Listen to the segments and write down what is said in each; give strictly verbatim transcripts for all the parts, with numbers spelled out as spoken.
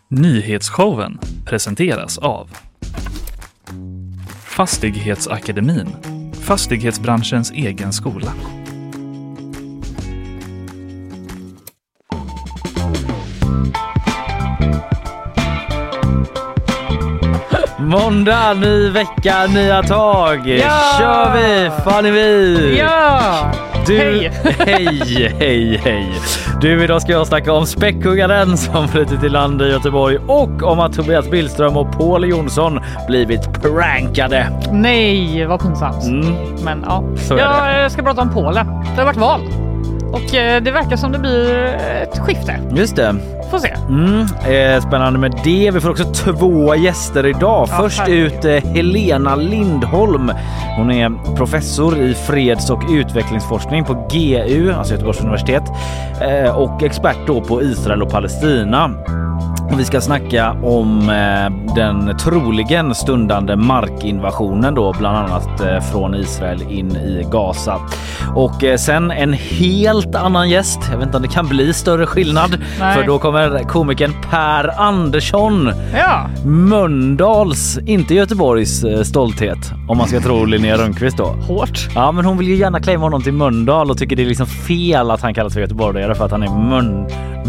Nyhetsshowen presenteras av Fastighetsakademin, fastighetsbranschens egen skola. Måndag, ny vecka, nya tag. Ja! Kör vi, fan är vi. Ja! Du, hej! hej, hej, hej. Du, idag ska jag snacka om späckhuggaren som flyttat till land i Göteborg och om att Tobias Billström och Paul Jonsson blivit prankade. Nej, vad pinsamt. Mm. Men ja, Så är jag det. ska prata om Polen. Det har varit val. Och eh, det verkar som det blir ett skifte. Just det. Får se. Mm, eh, spännande med det. Vi får också två gäster idag. Ja, Först ut eh, Helena Lindholm. Hon är professor i freds- och utvecklingsforskning på G U, alltså Göteborgs universitet, eh, och expert då på Israel och Palestina. Och vi ska snacka om eh, den troligen stundande markinvasionen då, bland annat eh, från Israel in i Gaza. Och eh, sen en helt annan gäst. Jag vet inte om det kan bli större skillnad. Nej. För då kommer komikern Per Andersson. Ja. Mölndals, inte Göteborgs eh, stolthet, om man ska tro Linnea Rönnqvist då. Hårt. Ja, men hon vill ju gärna claima honom till Mölndal och tycker det är liksom fel att han kallas för göteborgare för att han är Mön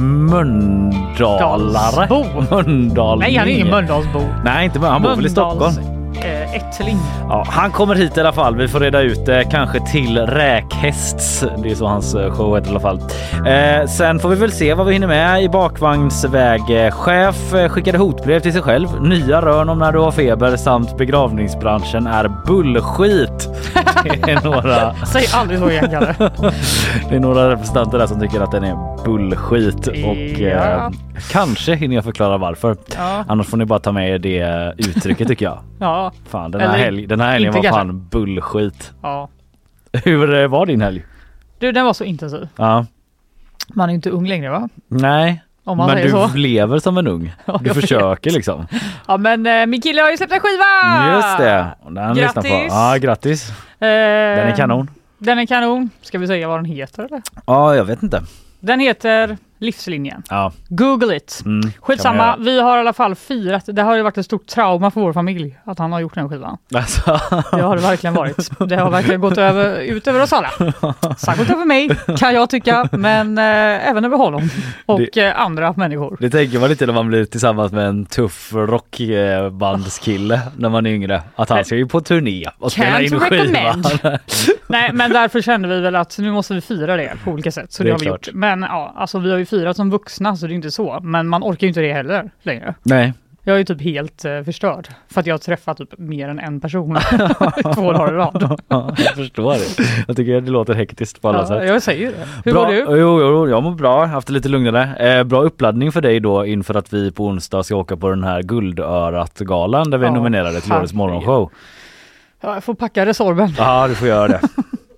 Mölndalare. Bo. Mölndal. Nej, han är ingen Mölndalsbo. Nej, inte, men han bor väl i Stockholm. Eh, ättling. Ja, han kommer hit i alla fall. Vi får reda ut det. Kanske till räkhästs. Det är så hans show heter i alla fall. Eh, sen får vi väl se vad vi hinner med i bakvagnsväg. Chef skickade hotbrev till sig själv. Nya rön om när du har feber samt begravningsbranschen är bullskit. Det är några... Säg aldrig så igen, Kalle. Det är några representanter där som tycker att den är bullskit. Och Ja. eh, kanske hinner jag förklara varför. Ja. Annars får ni bara ta med det uttrycket tycker jag. Ja. Fan, den här, Eller helg, den här helgen inte var kanske. fan bullskit. Ja. Hur var din helg? Du, den var så intensiv. Ja. Man är inte ung längre, va? Nej, Om man men säger du så. lever som en ung. Ja, Du jag försöker vet. liksom. Ja, men eh, min kille har ju släppt en skiva! Just det. Den lyssnar på. Grattis! Ja, grattis. Eh, Den är kanon. Den är kanon. Ska vi säga vad den heter, eller? Ja, jag vet inte. Den heter Livslinjen. Ja. Google it. Mm, kan man Skitsamma, göra. vi har i alla fall firat. Det har ju varit ett stort trauma för vår familj att han har gjort den skivan. Alltså. Det har det verkligen varit. Det har verkligen gått över, ut över oss alla. Särskilt över mig, kan jag tycka. Men eh, även över honom och Det- eh, andra människor. Det tänker man lite när man blir tillsammans med en tuff rockbandskille när man är yngre. Att han ska ju på turné och spela in Can't skivan. recommend. Nej, men därför kände vi väl att nu måste vi fira det på olika sätt. Så Det det, är har vi klart. gjort. Men ja, alltså vi har ju firat som vuxna så det är inte så. Men man orkar ju inte det heller längre. Nej. Jag är ju typ helt eh, förstörd. För att jag har träffat typ mer än en person två dagar i rad. Ja, jag förstår det. Jag tycker det låter hektiskt på alla Ja, sätt. jag säger ju det. Hur bra. var du? Jo, jo, jag mår bra. Haft det lite lugnare. Eh, bra uppladdning för dig då inför att vi på onsdag ska åka på den här Guldörat-galan där vi är Ja, nominerade till årets herregud. morgonshow. Ja, jag får packa Resorben. Ja, du får göra det.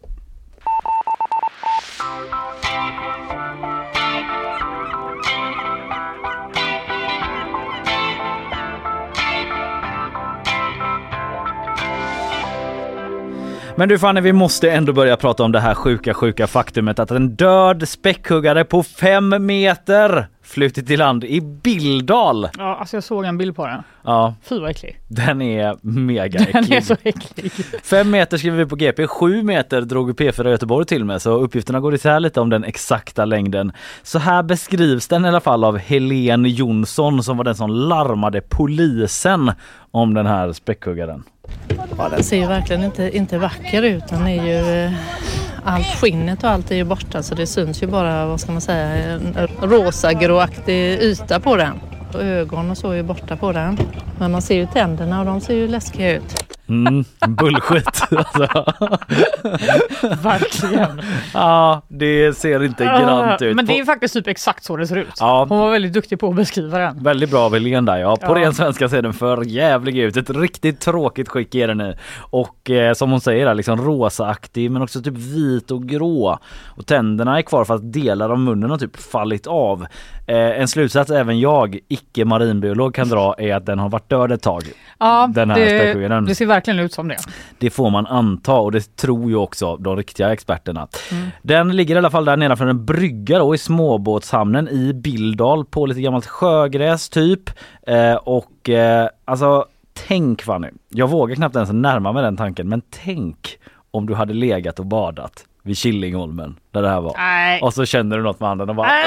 Men du Fanny, vi måste ändå börja prata om det här sjuka, sjuka faktumet att en död späckhuggare på fem meter flutit till land i Billdal. Ja, alltså jag såg en bild på den. Ja, Fy vad äcklig. den är mega Den är äcklig. så äcklig. Fem meter skriver vi på G P, sju meter drog P fyra Göteborg till med, så uppgifterna går isär lite om den exakta längden. Så här beskrivs den i alla fall av Helene Jonsson som var den som larmade polisen om den här späckhuggaren. Ja, den ser ju verkligen inte, inte vacker ut. Den är ju, eh, allt skinnet och allt är ju borta så det syns ju bara, vad ska man säga, en rosa-gråaktig yta på den. Och ögon och så är ju borta på den. Men man ser ju tänderna och de ser ju läskiga ut. Mm, bullshit. Alltså. Verkligen. Ja, det ser inte grant ut. Men det är På- ju faktiskt typ exakt så det ser ut. Ja. Hon var väldigt duktig på att beskriva den. Väldigt bra av Helene där, ja. På Ja. ren svenska ser den för jävlig ut. Ett riktigt tråkigt skick är den i. Och eh, som hon säger där, liksom rosaaktig men också typ vit och grå. Och tänderna är kvar för att delar av munnen har typ fallit av. Eh, en slutsats även jag, icke marinbiolog, kan dra är att den har varit död ett tag. Ja, den här det, det ser verkligen ut som det. Det får man anta, och det tror ju också de riktiga experterna. Mm. Den ligger i alla fall där nedanför en brygga då, i småbåtshamnen i Billdal på lite gammalt sjögräs typ. Eh, och eh, alltså, tänk Fanny, jag vågar knappt ens närma mig den tanken, men tänk om du hade legat och badat vid Killingholmen där det här var. Nej. Och så känner du något med handen och bara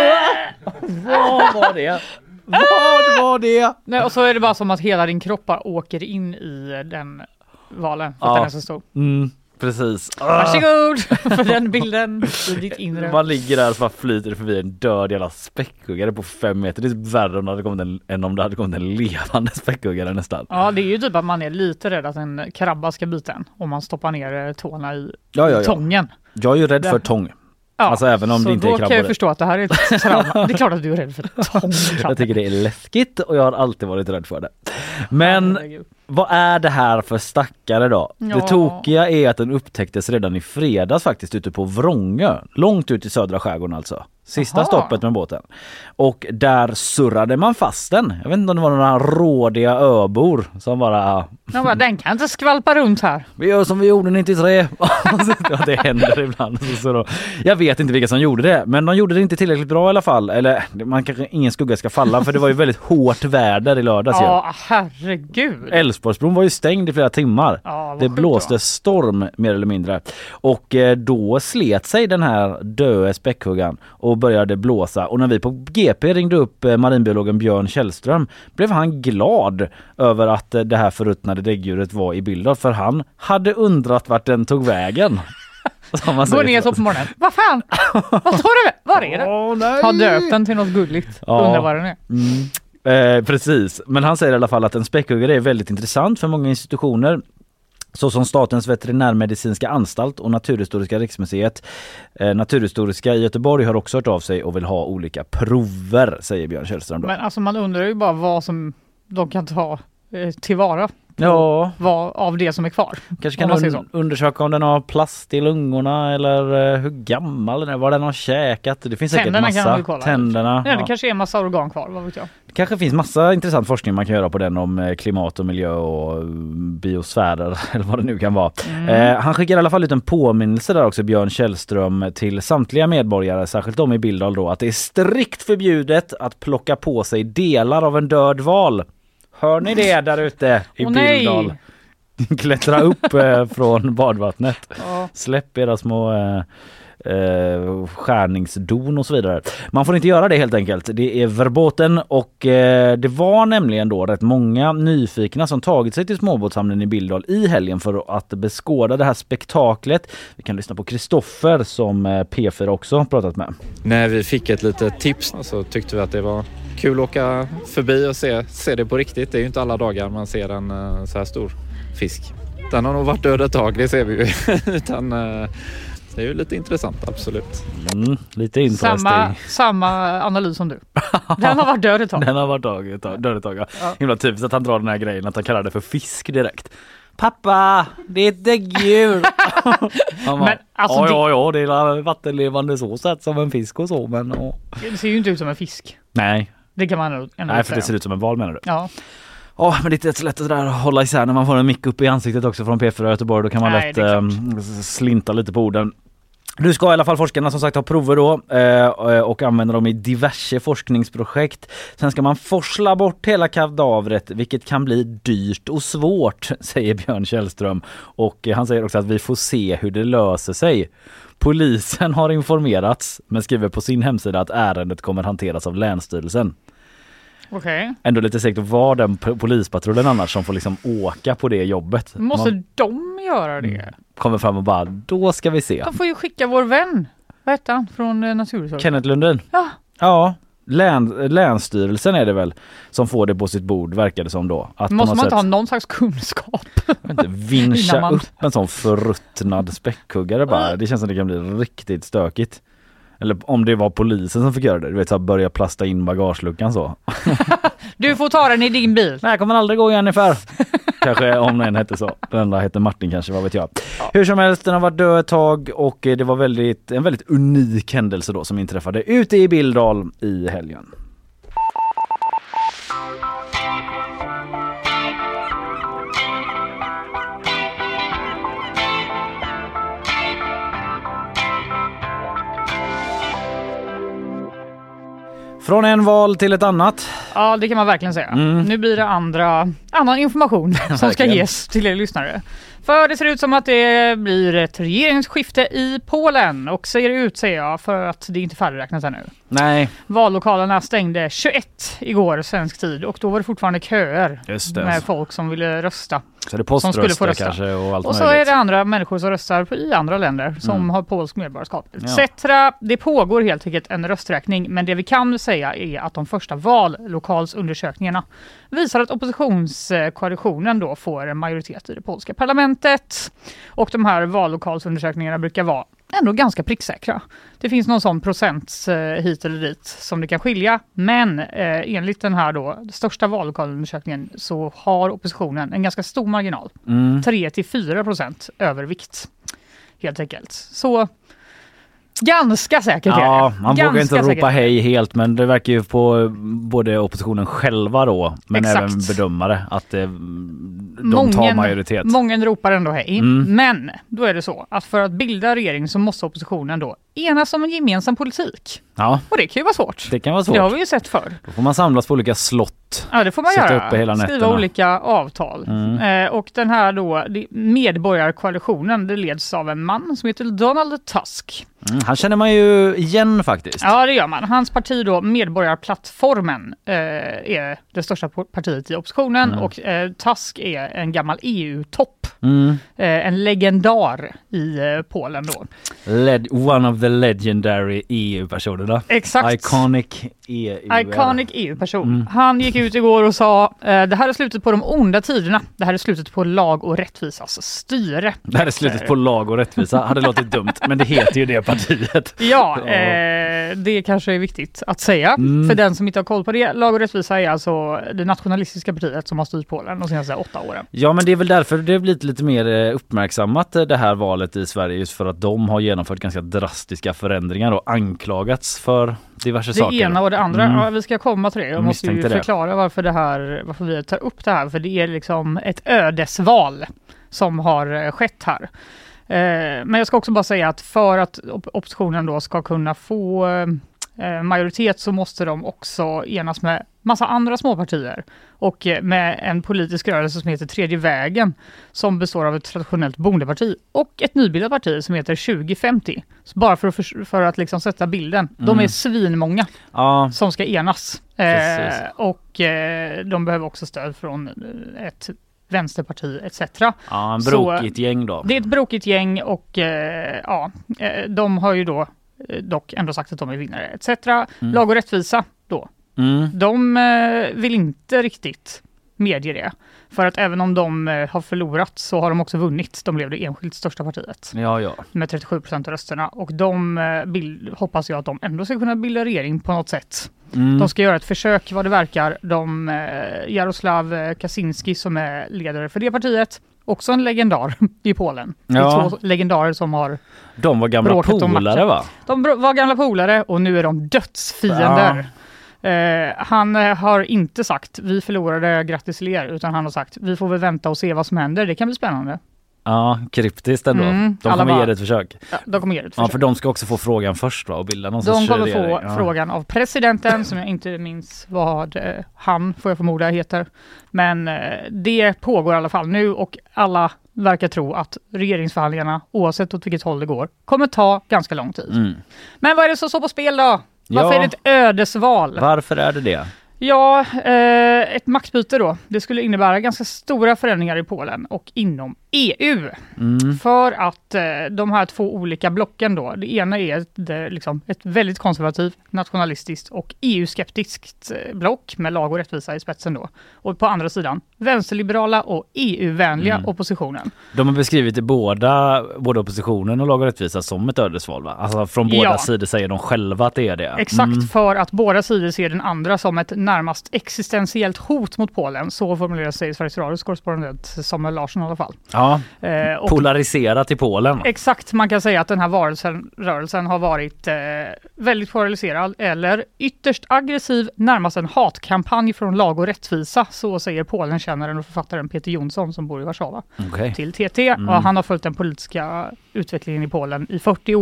vad var det? Vad var det? Nej, och så är det bara som att hela din kropp bara åker in i den valen för att ja. den är så stor. Mm, precis. Varsågod för den bilden i ditt inre. Man ligger där och så bara flyter förbi en död jävla späckhuggare på fem meter. Det är värre om det hade kommit en, än om det hade kommit en levande späckhuggare nästan. Ja, det är ju typ att man är lite rädd att en krabba ska bita en om man stoppar ner tårna i ja, ja, ja. tången. Jag är ju rädd för tång. Ja, alltså även om det inte är krabbor. Så då kan jag förstå att det här är ett trauma. Det är klart att du är rädd för tång. Jag tycker det är läskigt och jag har alltid varit rädd för det. Men vad är det här för stackare då? Ja. Det tokiga är att den upptäcktes redan i fredags faktiskt ute på Vrångö. Långt ut i södra skärgården alltså. Sista Aha. stoppet med båten. Och där surrade man fast den. Jag vet inte om det var några rådiga öbor som bara... Ja, bara den kan inte skvalpa runt här. Vi gör som vi gjorde nittiotre. Ja, det händer ibland. Så då. Jag vet inte vilka som gjorde det. Men de gjorde det inte tillräckligt bra i alla fall. Eller man kanske ingen skugga ska falla. För det var ju väldigt hårt väder i lördags. Ja, herregud. Älvsborgsbron var ju stängd i flera timmar. Ja, det blåste storm mer eller mindre. Och eh, då slet sig den här döde späckhuggan och började blåsa. Och när vi på G P ringde upp eh, marinbiologen Björn Källström blev han glad över att eh, det här förruttnade däggdjuret var i bilden. För han hade undrat vart den tog vägen. Gå ner så på morgonen. Vad fan? Vad tar du? Var är det? Oh, ha döpt den till något gulligt. Ja. Undrar vad den är. Mm. Eh, precis. Men han säger i alla fall att en späckhuggare är väldigt intressant för många institutioner. Såsom Statens veterinärmedicinska anstalt och Naturhistoriska riksmuseet. Eh, Naturhistoriska i Göteborg har också hört av sig och vill ha olika prover, säger Björn Källström. Då. Men alltså man undrar ju bara vad som de kan ta eh, tillvara. Ja. Vad av det som är kvar. Kanske kan un- undersöka om den har plast i lungorna eller uh, hur gammal den är, vad den har käkat. Det finns tänderna säkert massa. Kan tänderna. Ja, det ja. kanske är en massa organ kvar, vad vet jag. Det kanske finns massa intressant forskning man kan göra på den om klimat och miljö och biosfärer eller vad det nu kan vara. Mm. Eh, han skickar i alla fall ut en påminnelse där också, Björn Källström, till samtliga medborgare, särskilt de i Billdal då, att det är strikt förbjudet att plocka på sig delar av en död val. Hör ni det där ute i oh, Billdal? Klättra upp eh, från badvattnet. Ja. Släpp era små eh, eh, skärningsdon och så vidare. Man får inte göra det helt enkelt. Det är verboten och eh, det var nämligen då rätt många nyfikna som tagit sig till småbåtshamnen i Billdal i helgen för att beskåda det här spektaklet. Vi kan lyssna på Kristoffer som eh, P fyra också pratat med. När vi fick ett litet tips så tyckte vi att det var kul att åka förbi och se, se det på riktigt. Det är ju inte alla dagar man ser en uh, så här stor fisk. Den har nog varit död ett tag, det ser vi ju. Utan, uh, det är ju lite intressant, absolut. Mm, lite intressant. Samma, samma analys som du. Den har varit död ett tag. Den har varit död ett tag. Död ett tag ja. Ja. Himla typiskt att han drar den här grejen att han kallar det för fisk direkt. Pappa, det är ett däggdjur. Men alltså, ja, det... ja, ja, det är vattenlevande så sätt som en fisk och så. Men, ja. Det ser ju inte ut som en fisk. Nej. Det kan man ändå Nej, för det ser ut som en val menar du? Ja. Ja, oh, men det är inte så lätt att där hålla isär när man får en mick upp i ansiktet också från P fyra Göteborg. Då kan man Nej, lätt um, slinta lite på orden. Nu ska i alla fall forskarna som sagt ha prover då eh, och använda dem i diverse forskningsprojekt. Sen ska man forsla bort hela kadavret, vilket kan bli dyrt och svårt, säger Björn Källström. Och eh, han säger också att vi får se hur det löser sig. Polisen har informerats men skriver på sin hemsida att ärendet kommer hanteras av Länsstyrelsen. Okej. Okay. Ändå lite säkert att vara den polispatrullen annars som får liksom åka på det jobbet. Måste Man... de göra det? Kommer fram och bara, då ska vi se. De får ju skicka vår vän, vad heter han, från eh, Naturhistoriska. Kenneth Lundin. Ja. Ja, Län, Länsstyrelsen är det väl som får det på sitt bord, verkar det som då. Att måste man sätt, inte ha någon slags kunskap? Inte vinscha man... upp en sån förruttnad späckhuggare bara. Det känns som det kan bli riktigt stökigt. Eller om det var polisen som fick göra det. Du vet, så börja plasta in bagageluckan så. Du får ta den i din bil. Nej, kommer aldrig gå Jennifer. Kanske om den hette så. Den andra hette Martin kanske, vad vet jag. Ja. Hur som helst, den har varit död ett tag och det var väldigt, en väldigt unik händelse då som inträffade ute i Billdal i helgen. Från en val till ett annat. Ja, det kan man verkligen säga. Mm. Nu blir det andra, annan information som ska ges till er lyssnare. För det ser ut som att det blir ett regeringsskifte i Polen och ser ut, säger jag, för att det är inte färdigräknat ännu. Nej. Vallokalerna stängde tjugoett igår svensk tid och då var det fortfarande köer Just det. med folk som ville rösta. Så det är poströster kanske och allt Och så möjligt. är det andra människor som röstar i andra länder som mm. har polsk medborgarskap et cetera. Ja. Det pågår helt enkelt en rösträkning, men det vi kan säga är att de första vallokalsundersökningarna visar att oppositionskoalitionen då får en majoritet i det polska parlamentet. Och de här vallokalsundersökningarna brukar vara ändå ganska pricksäkra. Det finns någon sån procent eh, hit eller dit som det kan skilja. Men eh, enligt den här då, största vallokalundersökningen så har oppositionen en ganska stor marginal. Mm. tre till fyra procent övervikt helt enkelt. Så ganska säkert är det. Ja, man ganska vågar inte ropa säkert. hej helt, men det verkar ju på både oppositionen själva då, men Exakt. även bedömare att det, de mången, tar majoritet. Många ropar ändå hej. Mm. Men då är det så att för att bilda regering så måste oppositionen då enas om en gemensam politik. Ja. Och det kan ju vara svårt. Det kan vara svårt. Det har vi ju sett förr. Då får man samlas på olika slott. Ja, det får man Sätta göra. uppe hela Skriva nätterna. olika avtal. Mm. Eh, och den här då, medborgarkoalitionen, det leds av en man som heter Donald Tusk. Mm, han känner man ju igen faktiskt. Ja, det gör man. Hans parti då, Medborgarplattformen, eh, är det största partiet i oppositionen. Mm. Och eh, Tusk är en gammal E U-topp. Mm. Eh, en legendar i eh, Polen då. Led, one of the legendary E U-personerna. Exakt. Iconic E U. Iconic E U-person. Mm. Han gick ut igår och sa eh, det här är slutet på de onda tiderna. Det här är slutet på lag och rättvisas styre. Det här är slutet på lag och rättvisa. Hade låtit dumt, men det heter ju det partiet. Ja, eh, det kanske är viktigt att säga. Mm. För den som inte har koll på det. Lag och rättvisa är alltså det nationalistiska partiet som har styrt Polen de senaste åtta åren. Ja, men det är väl därför det har blivit lite mer uppmärksammat det här valet i Sverige, just för att de har genomfört ganska drastiska förändringar och anklagats för diverse det saker. Det ena och det andra, mm. ja, vi ska komma till det. Jag, Jag måste ju förklara det. varför det här, varför vi tar upp det här, för det är liksom ett ödesval som har skett här. Eh, men jag ska också bara säga att för att oppositionen då ska kunna få eh, majoritet så måste de också enas med massa andra småpartier och med en politisk rörelse som heter Tredje vägen som består av ett traditionellt bondeparti och ett nybildat parti som heter tjugo femtio. Så bara för att, för, för att liksom sätta bilden. Mm. De är svinmånga ja. som ska enas. Eh, och eh, de behöver också stöd från ett vänsterparti et cetera. Ja, en brokigt så, gäng då. Det är ett brokigt gäng och eh, ja, de har ju då dock ändå sagt att de är vinnare et cetera. Mm. Lag och rättvisa då. Mm. De eh, vill inte riktigt medge det. För att även om de eh, har förlorat så har de också vunnit. De blev det enskilt största partiet. Ja, ja. Med trettiosju procent av rösterna. Och de eh, bild, hoppas jag att de ändå ska kunna bilda regering på något sätt. Mm. De ska göra ett försök vad det verkar. De, eh, Jaroslav Kaczynski som är ledare för det partiet. Också en legendar i Polen. Ja. Det är två legendarer som har De var gamla polare, va? De var gamla polare och nu är de dödsfiender. Ja. Uh, han uh, har inte sagt vi förlorade, grattis till er, utan han har sagt vi får väl vänta och se vad som händer, det kan bli spännande. Ja, kryptiskt ändå. Mm, de kommer bara, ge det ett försök. Ja, de kommer ge det ett försök. Ja, för de ska också få frågan först, va? Och bilda någon De kommer regering. få ja. frågan av presidenten som jag inte minns vad uh, han, får jag förmoda, heter. Men uh, det pågår i alla fall nu och alla verkar tro att regeringsförhandlingarna, oavsett åt vilket håll det går, kommer ta ganska lång tid. Mm. Men vad är det som står på spel då? Varför ja. är det ett ödesval? Varför är det det? Ja, eh, ett maktbyte då. Det skulle innebära ganska stora förändringar i Polen och inom E U. Mm. För att eh, de här två olika blocken då. Det ena är ett, eh, liksom ett väldigt konservativt, nationalistiskt och E U-skeptiskt eh, block med lag och rättvisa i spetsen då. Och på andra sidan vänsterliberala och E U-vänliga mm. oppositionen. De har beskrivit det båda, både oppositionen och lag och rättvisa som ett ödesval, va? Alltså från båda ja. sidor säger de själva att det är det. Exakt, mm. för att båda sidor ser den andra som ett närmast existentiellt hot mot Polen. Så formulerar sig Sveriges Radios korrespondent Samuel Larsson i alla fall. Ja, eh, och polariserat i Polen. Exakt, man kan säga att den här varelsen, rörelsen har varit eh, väldigt polariserad eller ytterst aggressiv, närmast en hatkampanj från lag och rättvisa, så säger Polenkännaren och författaren Peter Jonsson som bor i Warszawa okay. till T T. Mm. Och han har följt den politiska utvecklingen i Polen i fyrtio år.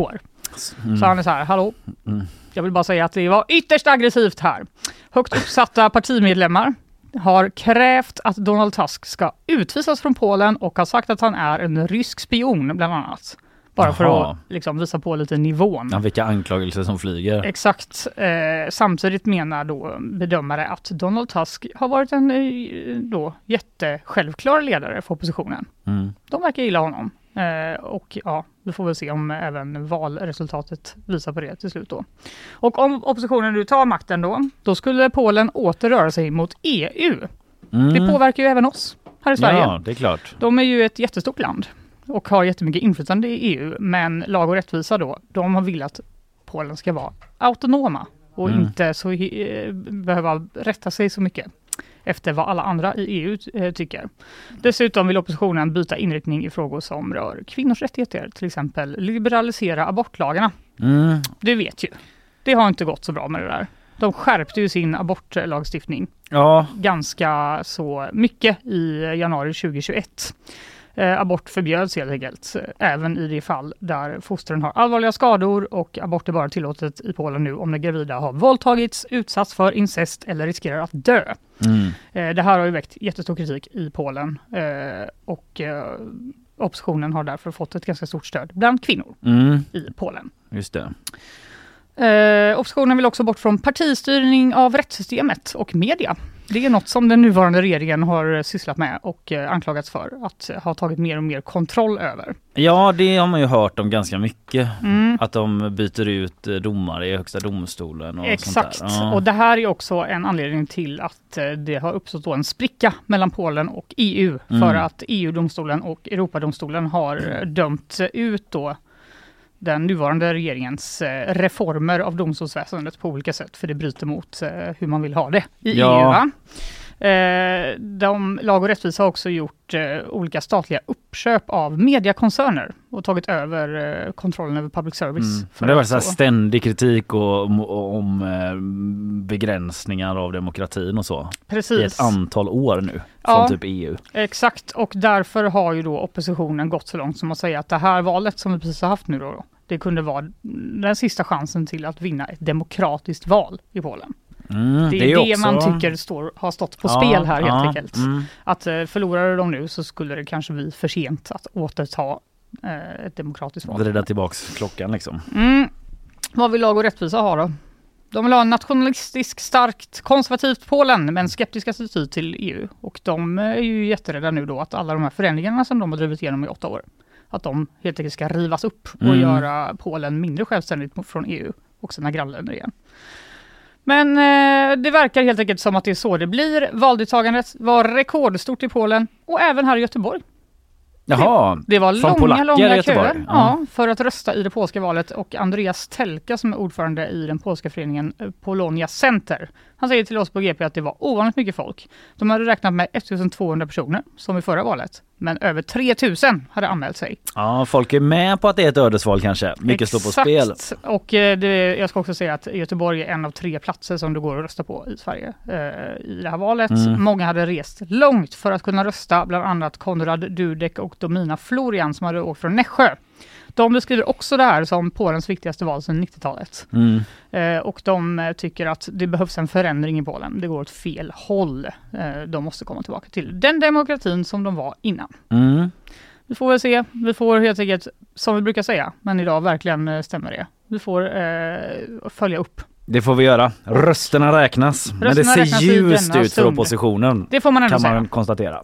Mm. Så han är så här, hallå, mm. jag vill bara säga att det var ytterst aggressivt här. Högt uppsatta partimedlemmar har krävt att Donald Tusk ska utvisas från Polen och har sagt att han är en rysk spion bland annat. Bara Aha. för att liksom, visa på lite nivån. Ja, vilka anklagelser som flyger. Exakt. Eh, samtidigt menar då bedömare att Donald Tusk har varit en då, jättesjälvklar ledare för oppositionen. Mm. De verkar gilla honom. Eh, och ja, vi får väl se om även valresultatet visar på det till slut då. Och om oppositionen nu tar makten då, då skulle Polen åter röra sig mot E U. Mm. Det påverkar ju även oss här i Sverige. Ja, det är klart. De är ju ett jättestort land och har jättemycket inflytande i E U, men lag och rättvisa då, de har velat att Polen ska vara autonoma och mm. inte så eh, behöva rätta sig så mycket efter vad alla andra i E U eh, tycker. Dessutom vill oppositionen byta inriktning i frågor som rör kvinnors rättigheter, till exempel liberalisera abortlagarna. Mm. Du vet ju, det har inte gått så bra med det där. De skärpte ju sin abortlagstiftning ja. ganska så mycket i januari tjugohundratjugoett. Eh, abort förbjöds helt enkelt, även i de fall där fostren har allvarliga skador, och abort är bara tillåtet i Polen nu om den gravida har våldtagits, utsatts för incest eller riskerar att dö. Mm. Eh, det här har ju väckt jättestor kritik i Polen eh, och eh, oppositionen har därför fått ett ganska stort stöd bland kvinnor mm. i Polen. Just det. Eh, oppositionen vill också bort från partistyrning av rättssystemet och media. Det är något som den nuvarande regeringen har sysslat med och eh, anklagats för att ha tagit mer och mer kontroll över. Ja, det har man ju hört om ganska mycket. Mm. Att de byter ut domare i högsta domstolen och Exakt. sånt där. Ja. Och det här är också en anledning till att det har uppstått då en spricka mellan Polen och E U. Mm. För att E U-domstolen och Europadomstolen har dömt ut då den nuvarande regeringens eh, reformer av domstolsväsendet på olika sätt, för det bryter mot eh, hur man vill ha det i ja. E U. Va? Eh, de, lag och rättvisa har också gjort eh, olika statliga uppköp av mediekoncerner och tagit över eh, kontrollen över public service. Mm. Det var så här ständig kritik och, om, om eh, begränsningar av demokratin och så. Precis. I ett antal år nu från ja, typ E U. Exakt, och därför har ju då oppositionen gått så långt som att säga att det här valet som vi precis har haft nu då, det kunde vara den sista chansen till att vinna ett demokratiskt val i Polen. Mm, det är det, det också man tycker står, har stått på ja, spel här helt ja, enkelt. Mm. Att eh, förlorar de nu så skulle det kanske bli för sent att återta eh, ett demokratiskt val. Vrida tillbaks klockan liksom. Mm. Vad vill lag och rättvisa ha då? De vill ha en nationalistisk, starkt konservativt Polen med en skeptisk attityd till E U. Och de är ju jätterädda nu då att alla de här förändringarna som de har drivit igenom i åtta år, att de helt enkelt ska rivas upp och mm. göra Polen mindre självständigt från E U och sina grannländer igen. Men eh, det verkar helt enkelt som att det är så det blir. Valdeltagandet var rekordstort i Polen och även här i Göteborg. Jaha, det, det var långa, långa köer ja. Ja, för att rösta i det polska valet, och Andreas Telka som är ordförande i den polska föreningen Polonia Center, han säger till oss på G P att det var ovanligt mycket folk. De hade räknat med ettusentvåhundra personer som i förra valet, men över tre tusen hade anmält sig. Ja, folk är med på att det är ett ödesval kanske. Mycket Exakt. står på spel. Och det, jag ska också säga att Göteborg är en av tre platser som du går att rösta på i Sverige eh, i det här valet. Mm. Många hade rest långt för att kunna rösta, bland annat Konrad Dudek och Domina Florian som hade åkt från Nässjö. De beskriver också det här som Polens viktigaste val sedan nittiotalet. Mm. Eh, och de tycker att det behövs en förändring i Polen. Det går åt fel håll. Eh, de måste komma tillbaka till den demokratin som de var innan. Mm. Vi får väl se. Vi får helt enkelt, som vi brukar säga, men idag verkligen stämmer det. Vi får eh, följa upp. Det får vi göra. Rösterna räknas. Rösterna men det ser ljust ut för oppositionen. Det får man ändå kan säga. Man konstatera.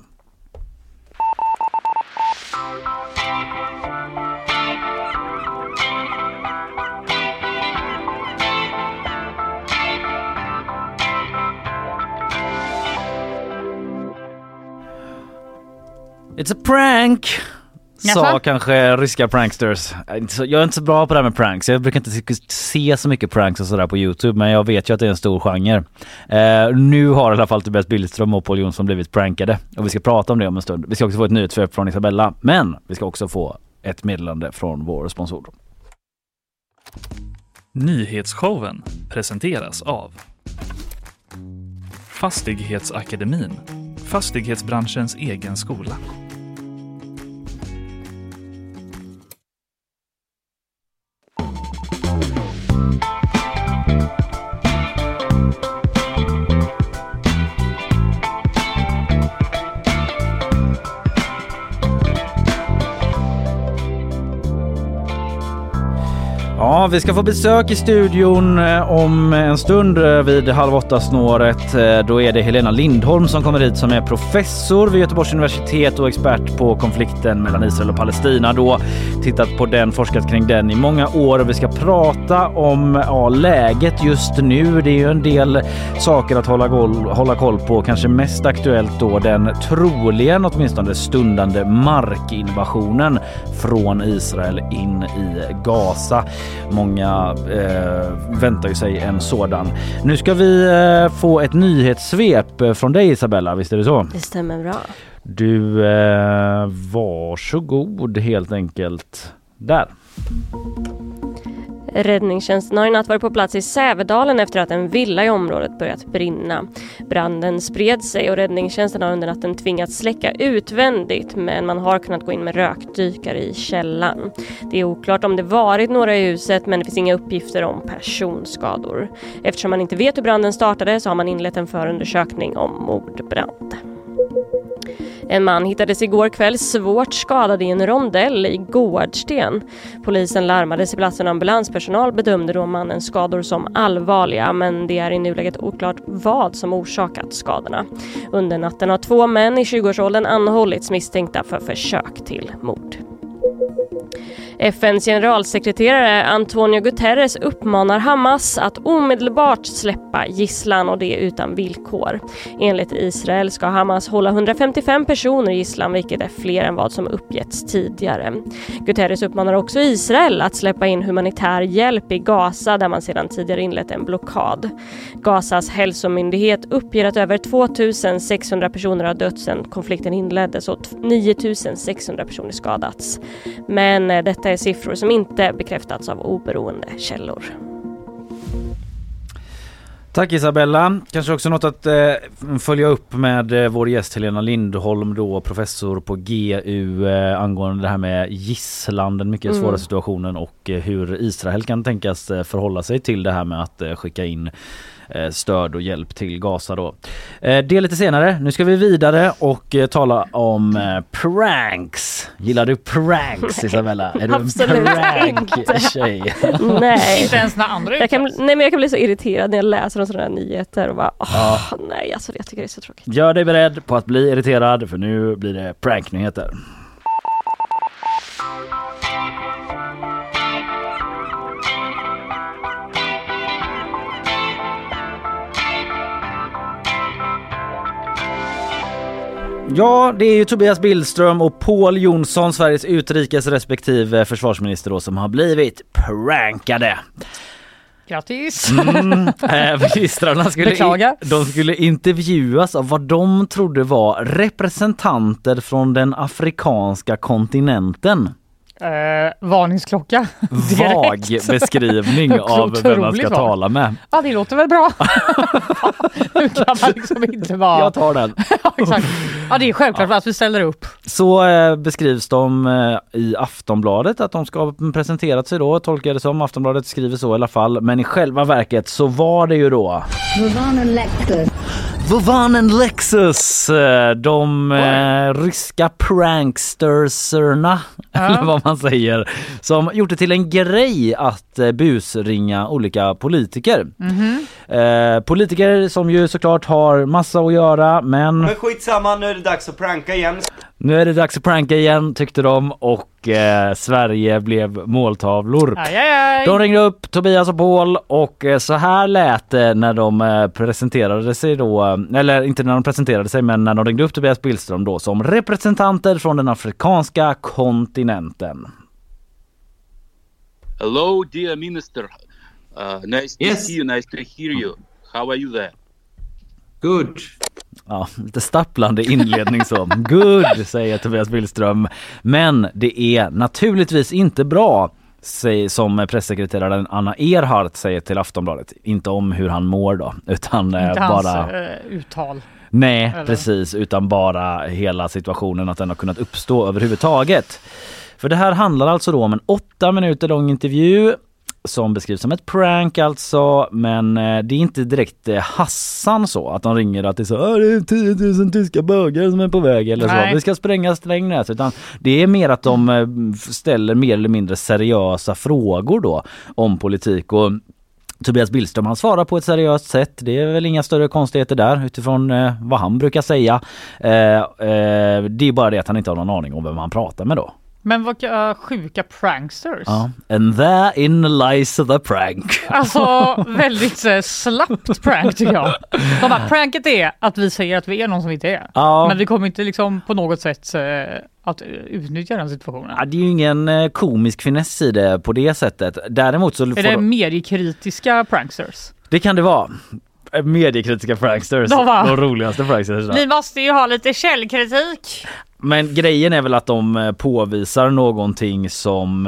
It's a prank, sa Jassa? kanske ryska pranksters. Jag är inte så bra på det här med pranks. Jag brukar inte se så mycket pranks och sådär på YouTube, men jag vet ju att det är en stor genre. Uh, nu har i alla fall Tobias Billström och Paul Jonsson blivit prankade. Och vi ska prata om det om en stund. Vi ska också få ett nyhetsförlopp från Isabella. Men vi ska också få ett meddelande från vår sponsor. Nyhetsshowen presenteras av Fastighetsakademin, fastighetsbranschens egen skola. Ja, vi ska få besök i studion om en stund vid halv åtta snåret. Då är det Helena Lindholm som kommer hit som är professor vid Göteborgs universitet och expert på konflikten mellan Israel och Palestina. Då tittat på den, forskat kring den i många år. Vi ska prata om ja, läget just nu. Det är ju en del saker att hålla koll, hålla koll på. Kanske mest aktuellt då den troligen åtminstone stundande markinvasionen från Israel in i Gaza. Många eh, väntar ju sig en sådan. Nu ska vi eh, få ett nyhetssvep från dig, Isabella, visst är det så? Det stämmer bra. Du, eh, varsågod helt enkelt. Där. Räddningstjänsten har i natt varit på plats i Sävedalen efter att en villa i området börjat brinna. Branden spred sig och räddningstjänsten har under natten tvingats släcka utvändigt, men man har kunnat gå in med rökdykare i källan. Det är oklart om det varit några i huset, men det finns inga uppgifter om personskador. Eftersom man inte vet hur branden startade så har man inlett en förundersökning om mordbrand. En man hittades igår kväll svårt skadad i en rondell i Gårdsten. Polisen larmades i platsen och ambulanspersonal bedömde då mannens skador som allvarliga, men det är i nuläget oklart vad som orsakat skadorna. Under natten har två män i tjugoårsåldern anhållits misstänkta för försök till mord. F N:s generalsekreterare Antonio Guterres uppmanar Hamas att omedelbart släppa gisslan och det utan villkor. Enligt Israel ska Hamas hålla hundrafemtiofem personer i gisslan, vilket är fler än vad som uppgetts tidigare. Guterres uppmanar också Israel att släppa in humanitär hjälp i Gaza där man sedan tidigare inlett en blockad. Gazas hälsomyndighet uppger att över tvåtusen sexhundra personer har dött sedan konflikten inleddes och nio tusen sexhundra personer skadats. Men detta är siffror som inte bekräftats av oberoende källor. Tack Isabella. Kanske också något att eh, följa upp med eh, vår gäst Helena Lindholm, då professor på G U eh, angående det här med gisslan, den mycket svåra mm. situationen och eh, hur Israel kan tänkas eh, förhålla sig till det här med att eh, skicka in eh, stöd och hjälp till Gaza då. Eh, det är lite senare. Nu ska vi vidare och eh, tala om eh, pranks. Gillar du pranks, Isabella? Är du Absolut en prank-tjej? Nej. Inte ens när andra jag kan, nej, men jag kan bli så irriterad när jag läser om sådana här nyheter och bara, åh, ja. nej, alltså jag tycker det är så tråkigt. Gör dig beredd på att bli irriterad, för nu blir det pranknyheter. Ja, det är ju Tobias Billström och Pål Jonsson, Sveriges utrikes respektive försvarsminister då, som har blivit prankade. Grattis! Mm, äh, ministrarna skulle, Beklaga. de skulle intervjuas av vad de trodde var representanter från den afrikanska kontinenten. Uh, varningsklocka. Vag beskrivning av vem man ska tala med. Ja, det låter väl bra. Nu kan man liksom inte vara... Jag tar den. Ja, exakt. Ja, det är självklart ja. att vi ställer upp. Så eh, beskrivs de eh, i Aftonbladet att de ska ha presenterat sig då, tolkar det som. Aftonbladet skriver så i alla fall. Men i själva verket så var det ju då... Vovanen Lexus. Vovanen Lexus. De eh, ryska pranksterserna, ja. eller vad man säger, som gjort det till en grej att eh, busringa olika politiker. Mm-hmm. Eh, politiker som ju såklart har massa att göra, men... Men skitsamma, nu är det dags att pranka igen. Nu är det dags att pranka igen, tyckte de, och eh, Sverige blev måltavlor. Aj, aj, aj. De ringde upp Tobias och Pål och eh, så här lät det när de eh, presenterade sig då, eller inte när de presenterade sig, men när de ringde upp Tobias Billström då som representanter från den afrikanska kontinenten. Hello, dear minister. Uh, nice to yes. see you, nice to hear you. How are you there? Good. Ja, lite stapplande inledning så. Good, säger Tobias Billström. Men det är naturligtvis inte bra, säger, som pressekreteraren Anna Erhardt säger till Aftonbladet. Inte om hur han mår då, utan inte eh, hans, bara... Uh, uttal. Nej, Eller? precis. Utan bara hela situationen, att den har kunnat uppstå överhuvudtaget. För det här handlar alltså då om en åtta minuter lång intervju som beskrivs som ett prank alltså, men eh, det är inte direkt eh, Hassan så att de ringer att det är så ah, det är tio tusen tyska bögar som är på väg eller Nej. så. Vi ska spränga Strängnäs, utan det är mer att de eh, ställer mer eller mindre seriösa frågor då om politik, och Tobias Billström han svarar på ett seriöst sätt. Det är väl inga större konstigheter där utifrån eh, vad han brukar säga. Eh, eh, det är bara det att han inte har någon aning om vem han pratar med då. Men vad uh, sjuka pranksters. Ja. And there in lies the prank. Alltså väldigt uh, slappt prank tycker jag. De bara, pranket är att vi säger att vi är någon som vi inte är. Ja. Men vi kommer inte liksom på något sätt uh, att utnyttja den situationen. Ja, det är ju ingen uh, komisk finess i det på det sättet. Däremot så är får det de... mediekritiska pranksters? Det kan det vara. Mediekritiska pranksters. De, var... de roligaste pranksters. Ni måste ju ha lite källkritik. Men grejen är väl att de påvisar någonting som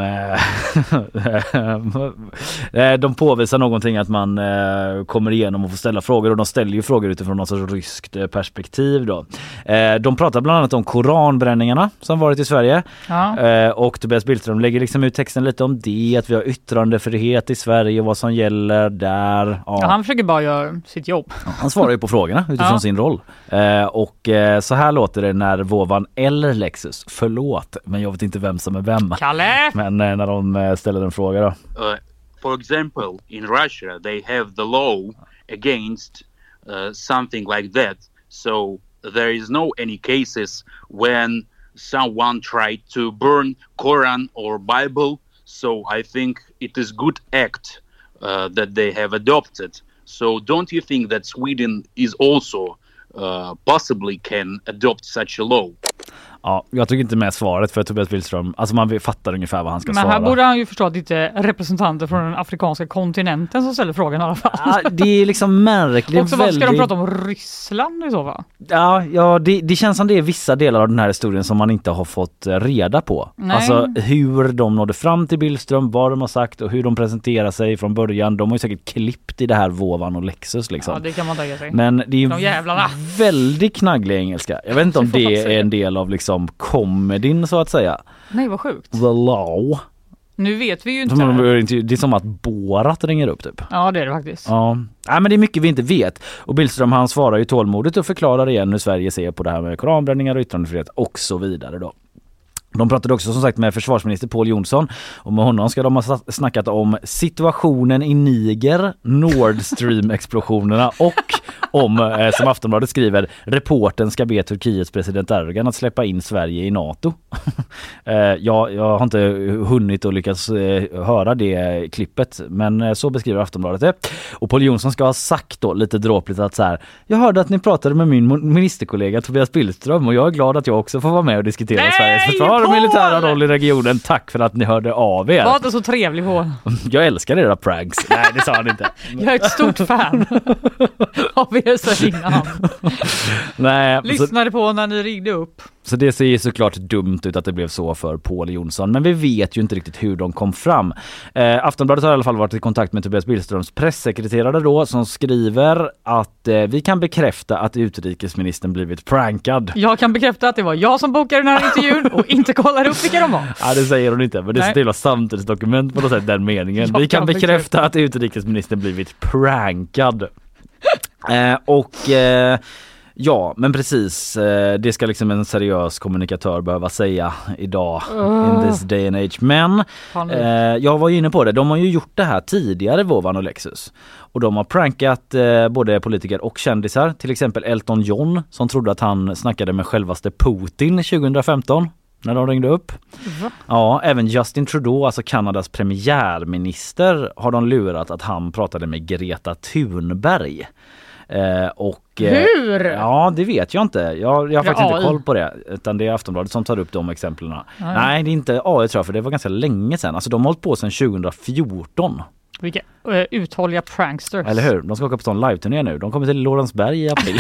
de påvisar någonting att man kommer igenom och får ställa frågor, och de ställer ju frågor utifrån något sorts ryskt perspektiv då. De pratar bland annat om koranbränningarna som varit i Sverige, ja. Och Tobias Billström lägger liksom ut texten lite om det, att vi har yttrandefrihet i Sverige och vad som gäller där. Ja. Ja, han försöker bara göra sitt jobb. Ja, han svarar ju på frågorna utifrån ja. sin roll. Och så här låter det när Vovan eller Lexus, förlåt, men jag vet inte vem som är vem. Kalle! Men eh, när de ställer en fråga då. Uh, for example, in Russia they have the law against uh, something like that. So there is no any cases when someone tried to burn Quran or Bible. So I think it is good act uh, that they have adopted. So don't you think that Sweden is also Uh, possibly can adopt such a law? Ja, jag tycker inte med svaret för Tobias Billström. Alltså man fattar ungefär vad han ska Men svara. Men här borde han ju förstå att det inte är representanter från den afrikanska kontinenten som ställer frågan i alla fall. Ja, det är liksom märkligt. Och så väldigt... vad ska de prata om Ryssland i så fall? Ja, ja det, det känns som det är vissa delar av den här historien som man inte har fått reda på. Nej. Alltså hur de nådde fram till Billström, vad de har sagt och hur de presenterar sig från början. De har ju säkert klippt i det här Vovan och Lexus liksom. Ja, det kan man tänka sig. Men det är de jävlarna. väldigt knagglig engelska. Jag vet inte om det är en del av liksom komedin så att säga. Nej, vad sjukt. The law. Nu vet vi ju inte. Det är som att Borat ringer upp typ. Ja, det är det faktiskt. Ja. Nej, men det är mycket vi inte vet. Och Billström han svarar ju tålmodigt och förklarar igen hur Sverige ser på det här med koranbränningar och yttrandefrihet och så vidare då. De pratade också som sagt med försvarsminister Pål Jonsson, och med honom ska de ha snackat om situationen i Niger, Nord Stream-explosionerna och om, eh, som Aftonbladet skriver, reporten ska be Turkiets president Erdogan att släppa in Sverige i NATO. eh, jag, jag har inte hunnit och lyckats eh, höra det klippet, men eh, så beskriver Aftonbladet det. Och Pål Jonsson ska ha sagt då lite dråpligt att så här, jag hörde att ni pratade med min ministerkollega Tobias Billström och jag är glad att jag också får vara med och diskutera Nej, Sveriges försvar och militära roll i regionen. Tack för att ni hörde av er. Var inte så trevlig på. Jag älskar era pranks. Nej, det sa han inte. Jag är ett stort fan av er så innan. Nej, lyssnade på när ni ringde upp. Så det ser såklart dumt ut att det blev så för Pål Jonsson. Men vi vet ju inte riktigt hur de kom fram. Eh, Aftonbladet har i alla fall varit i kontakt med Tobias Billströms pressekreterare då, som skriver att eh, vi kan bekräfta att utrikesministern blivit prankad. Jag kan bekräfta att det var jag som bokade den här intervjun och inte kollade upp vilka de var. Ja, det säger hon inte. Men det är så jävla samtidsdokument på något sätt, den meningen. Jag vi kan, kan bekräfta, bekräfta att utrikesministern blivit prankad. eh, och... Eh, Ja, men precis. Det ska liksom en seriös kommunikatör behöva säga idag uh. in this day and age. Men eh, jag var ju inne på det. De har ju gjort det här tidigare, Vovan och Lexus. Och de har prankat eh, både politiker och kändisar. Till exempel Elton John som trodde att han snackade med självaste Putin tjugohundrafemton. När de ringde upp. Va? Ja, även Justin Trudeau, alltså Kanadas premiärminister, har de lurat att han pratade med Greta Thunberg. Eh, och, Hur? Eh, ja, det vet jag inte. Jag, jag har faktiskt inte koll på det. Utan det är Aftonbladet som tar upp de exemplen. Mm. Nej, det är inte A I tror jag, för det var ganska länge sedan. Alltså de har hållit på sedan tjugohundrafjorton. Vilka uh, uthålliga pranksters. Eller hur? De ska åka på en live-turné nu. De kommer till Lorensberg i april.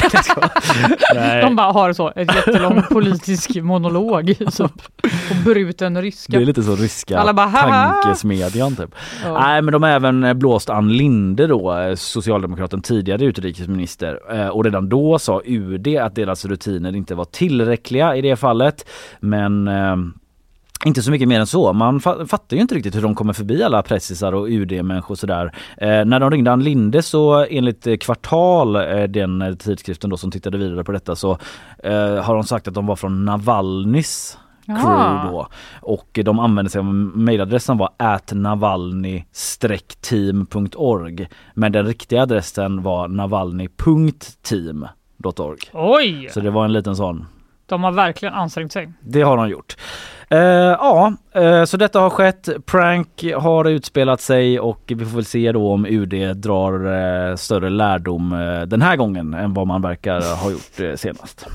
De bara har så ett jättelång politisk monolog så, och bruten ryska. Det är lite så ryska alla bara, tankesmedjan typ. Ja. Nej, men de har även blåst Ann Linde då, socialdemokraten tidigare utrikesminister. Och redan då sa U D att deras rutiner inte var tillräckliga i det fallet. Men... Inte så mycket mer än så. Man fattar ju inte riktigt hur de kommer förbi alla pressisar och U D-människor och sådär. Eh, när de ringde Ann Linde så enligt Kvartal, eh, den tidskriften då som tittade vidare på detta, så eh, har de sagt att de var från Navalnys crew då. Och de använde sig av mejladressen var at navalny team punkt org. Men den riktiga adressen var navalny punkt team punkt org. Oj! Så det var en liten sån. De har verkligen ansträngt sig. Det har de gjort. Uh, ja, uh, så detta har skett. Prank har utspelat sig och vi får väl se då om U D drar uh, större lärdom uh, den här gången än vad man verkar ha gjort uh, senast.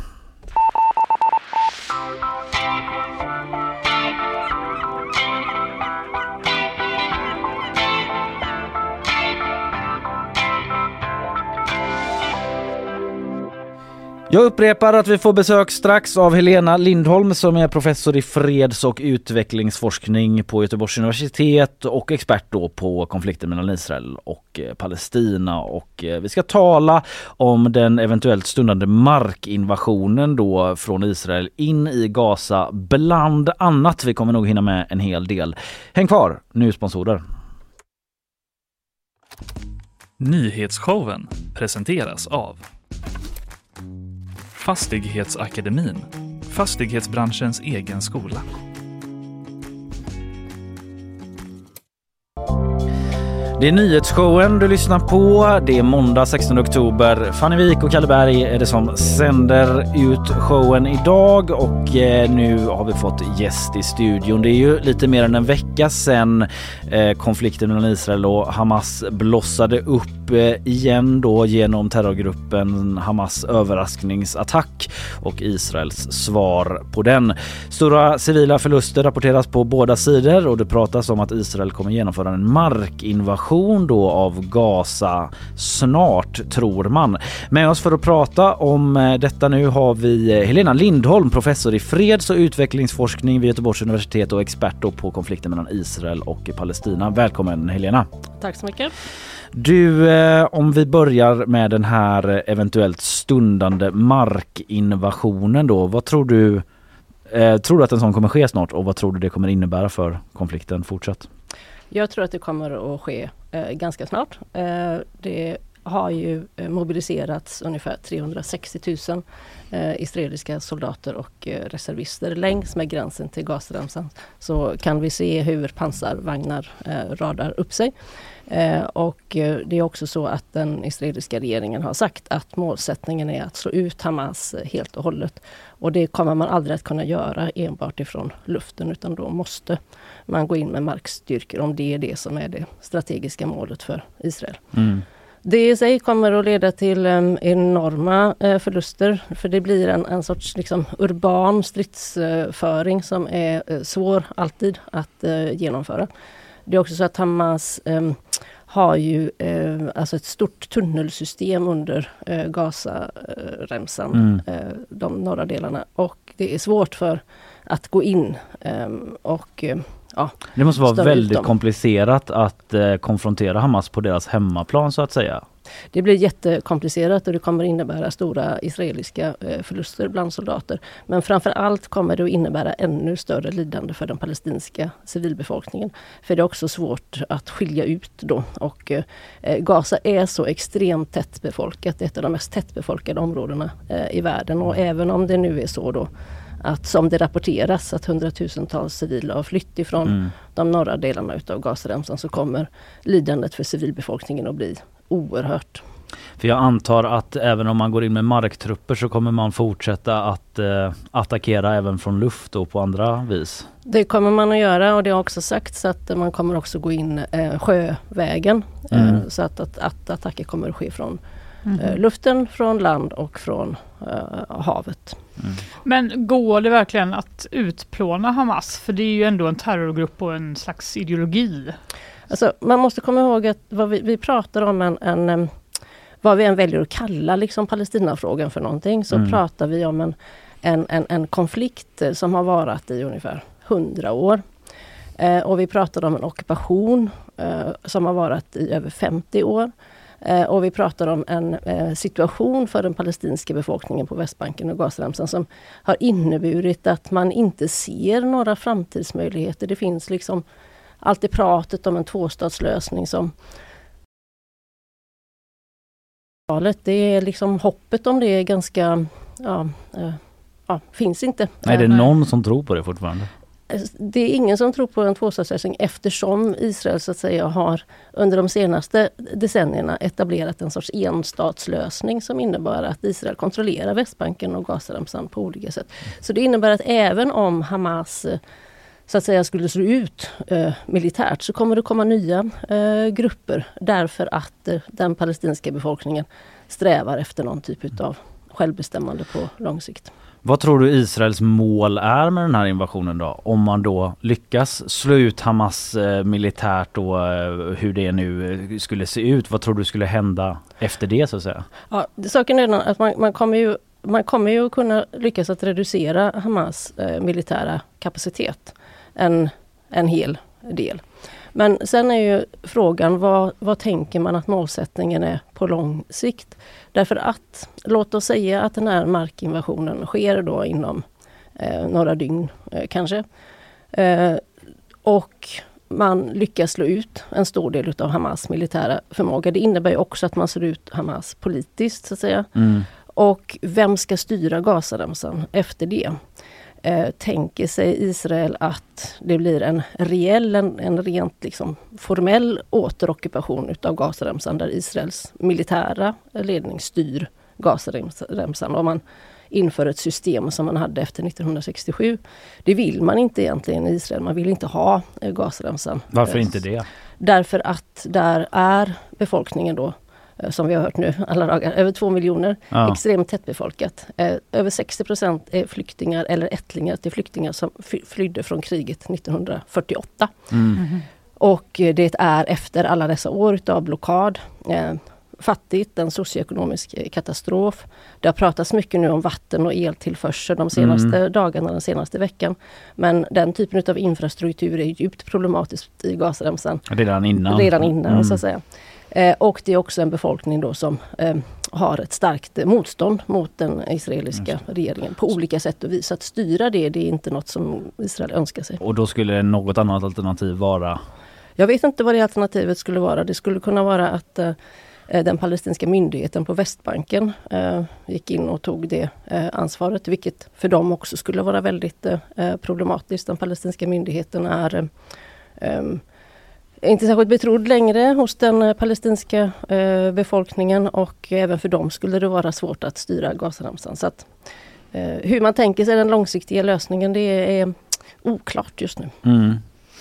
Jag upprepar att vi får besök strax av Helena Lindholm som är professor i freds- och utvecklingsforskning på Göteborgs universitet och expert då på konflikten mellan Israel och Palestina. Och vi ska tala om den eventuellt stundande markinvasionen då från Israel in i Gaza bland annat. Vi kommer nog hinna med en hel del. Häng kvar, nu sponsorer. Nyhetsshowen presenteras av Fastighetsakademin, fastighetsbranschens egen skola. Det är nyhetsshowen du lyssnar på. Det är måndag sextonde oktober. Fanny Wik och Kalle Berg är det som sänder ut showen idag. Och eh, nu har vi fått gäst i studion. Det är ju lite mer än en vecka sedan eh, konflikten mellan Israel och Hamas blossade upp eh, igen då genom terrorgruppen Hamas överraskningsattack och Israels svar på den. Stora civila förluster rapporteras på båda sidor och det pratas om att Israel kommer genomföra en markinvasion då av Gaza snart, tror man. Med oss för att prata om detta nu har vi Helena Lindholm, professor i freds- och utvecklingsforskning vid Göteborgs universitet och expert då på konflikten mellan Israel och Palestina. Välkommen Helena. Tack så mycket. Du, eh, om vi börjar med den här eventuellt stundande markinvasionen då, vad tror du, eh, tror du att en sån kommer ske snart och vad tror du det kommer innebära för konflikten fortsatt? Jag tror att det kommer att ske eh, ganska snart. Eh, det har ju eh, mobiliserats ungefär trehundrasextio tusen eh, israeliska soldater och eh, reservister längs med gränsen till Gazaremsan. Så kan vi se hur pansarvagnar eh, radar upp sig. Eh, och eh, det är också så att den israeliska regeringen har sagt att målsättningen är att slå ut Hamas eh, helt och hållet. Och det kommer man aldrig att kunna göra enbart ifrån luften, utan då måste man gå in med markstyrkor om det är det som är det strategiska målet för Israel. Mm. Det i sig kommer att leda till um, enorma uh, förluster, för det blir en, en sorts liksom, urban stridsföring uh, som är uh, svår alltid att uh, genomföra. Det är också så att Hamas um, har ju uh, alltså ett stort tunnelsystem under uh, Gaza-remsan, uh, mm. uh, de norra delarna, och det är svårt för att gå in um, och uh, ja, det måste vara väldigt komplicerat att eh, konfrontera Hamas på deras hemmaplan så att säga. Det blir jättekomplicerat och det kommer innebära stora israeliska eh, förluster bland soldater. Men framför allt kommer det att innebära ännu större lidande för den palestinska civilbefolkningen. För det är också svårt att skilja ut då. Och eh, Gaza är så extremt tättbefolkat. Det är ett av de mest tättbefolkade områdena eh, i världen. Och även om det nu är så då att som det rapporteras att hundratusentals civila har flytt ifrån mm. de norra delarna utav Gazaremsan, så kommer lidandet för civilbefolkningen att bli oerhört. För jag antar att även om man går in med marktrupper så kommer man fortsätta att eh, attackera även från luft och på andra vis. Det kommer man att göra, och det har också sagts att man kommer också gå in eh, sjövägen mm. eh, så att, att, att attacker kommer att ske från Mm. Uh, luften, från land och från uh, havet. Mm. Men går det verkligen att utplåna Hamas? För det är ju ändå en terrorgrupp och en slags ideologi. Alltså, man måste komma ihåg att vad vi, vi pratar om en, en um, vad vi än väljer att kalla liksom Palestinafrågan för någonting, så mm. pratar vi om en, en, en, en konflikt som har varat i ungefär hundra år. Uh, och vi pratar om en ockupation uh, som har varit i över femtio år. Eh, och vi pratar om en eh, situation för den palestinska befolkningen på Västbanken och Gazaremsan som har inneburit att man inte ser några framtidsmöjligheter. Det finns liksom alltid pratet om en tvåstatslösning som det är liksom hoppet om det är ganska ja, eh, ja, finns inte. Nej, det är någon som tror på det fortfarande. Det är ingen som tror på en tvåstatslösning eftersom Israel så att säga har under de senaste decennierna etablerat en sorts enstatslösning som innebär att Israel kontrollerar Västbanken och Gazaremsan på olika sätt. Så det innebär att även om Hamas så att säga skulle slå ut eh, militärt så kommer det komma nya eh, grupper därför att eh, den palestinska befolkningen strävar efter någon typ av självbestämmande på lång sikt. Vad tror du Israels mål är med den här invasionen då? Om man då lyckas slå ut Hamas eh, militärt och eh, hur det nu skulle se ut. Vad tror du skulle hända efter det så att säga? Ja, saken är att man, man kommer ju man kommer ju kunna lyckas att reducera Hamas eh, militära kapacitet en, en hel del. Men sen är ju frågan vad, vad tänker man att målsättningen är på lång sikt? Därför att, låt oss säga att den här markinvasionen sker då inom eh, några dygn eh, kanske. Eh, och man lyckas slå ut en stor del av Hamas militära förmåga. Det innebär ju också att man slår ut Hamas politiskt så att säga. Mm. Och vem ska styra Gazaremsan efter det? Eh, tänker sig Israel att det blir en reell, en, en rent liksom formell återockupation utav Gazaremsan där Israels militära ledning styr Gazaremsan och man inför ett system som man hade efter nittonhundrasextiosju. Det vill man inte egentligen i Israel, man vill inte ha eh, Gazaremsan. Varför inte det? Därför att där är befolkningen då som vi har hört nu alla dagar, över två miljoner, ja. Extremt tättbefolkat. Eh, över sextio procent är flyktingar eller ättlingar till flyktingar som fly- flydde från kriget nittonhundrafyrtioåtta. Mm. Mm. Och det är efter alla dessa år av blockad, eh, fattigt, en socioekonomisk katastrof. Det har pratats mycket nu om vatten- och eltillförsel de senaste mm. dagarna, den senaste veckan. Men den typen av infrastruktur är djupt problematiskt i Gazaremsan. Redan innan. Redan innan, mm. så att säga. Eh, och det är också en befolkning då som eh, har ett starkt motstånd mot den israeliska regeringen på olika sätt och vis. Att styra det, det är inte något som Israel önskar sig. Och då skulle något annat alternativ vara? Jag vet inte vad det alternativet skulle vara. Det skulle kunna vara att eh, den palestinska myndigheten på Västbanken eh, gick in och tog det eh, ansvaret, vilket för dem också skulle vara väldigt eh, problematiskt. Den palestinska myndigheten är eh, inte särskilt betrodd längre hos den palestinska eh, befolkningen och även för dem skulle det vara svårt att styra Gazaremsan. Så att, eh, hur man tänker sig den långsiktiga lösningen, det är oklart just nu. Mm.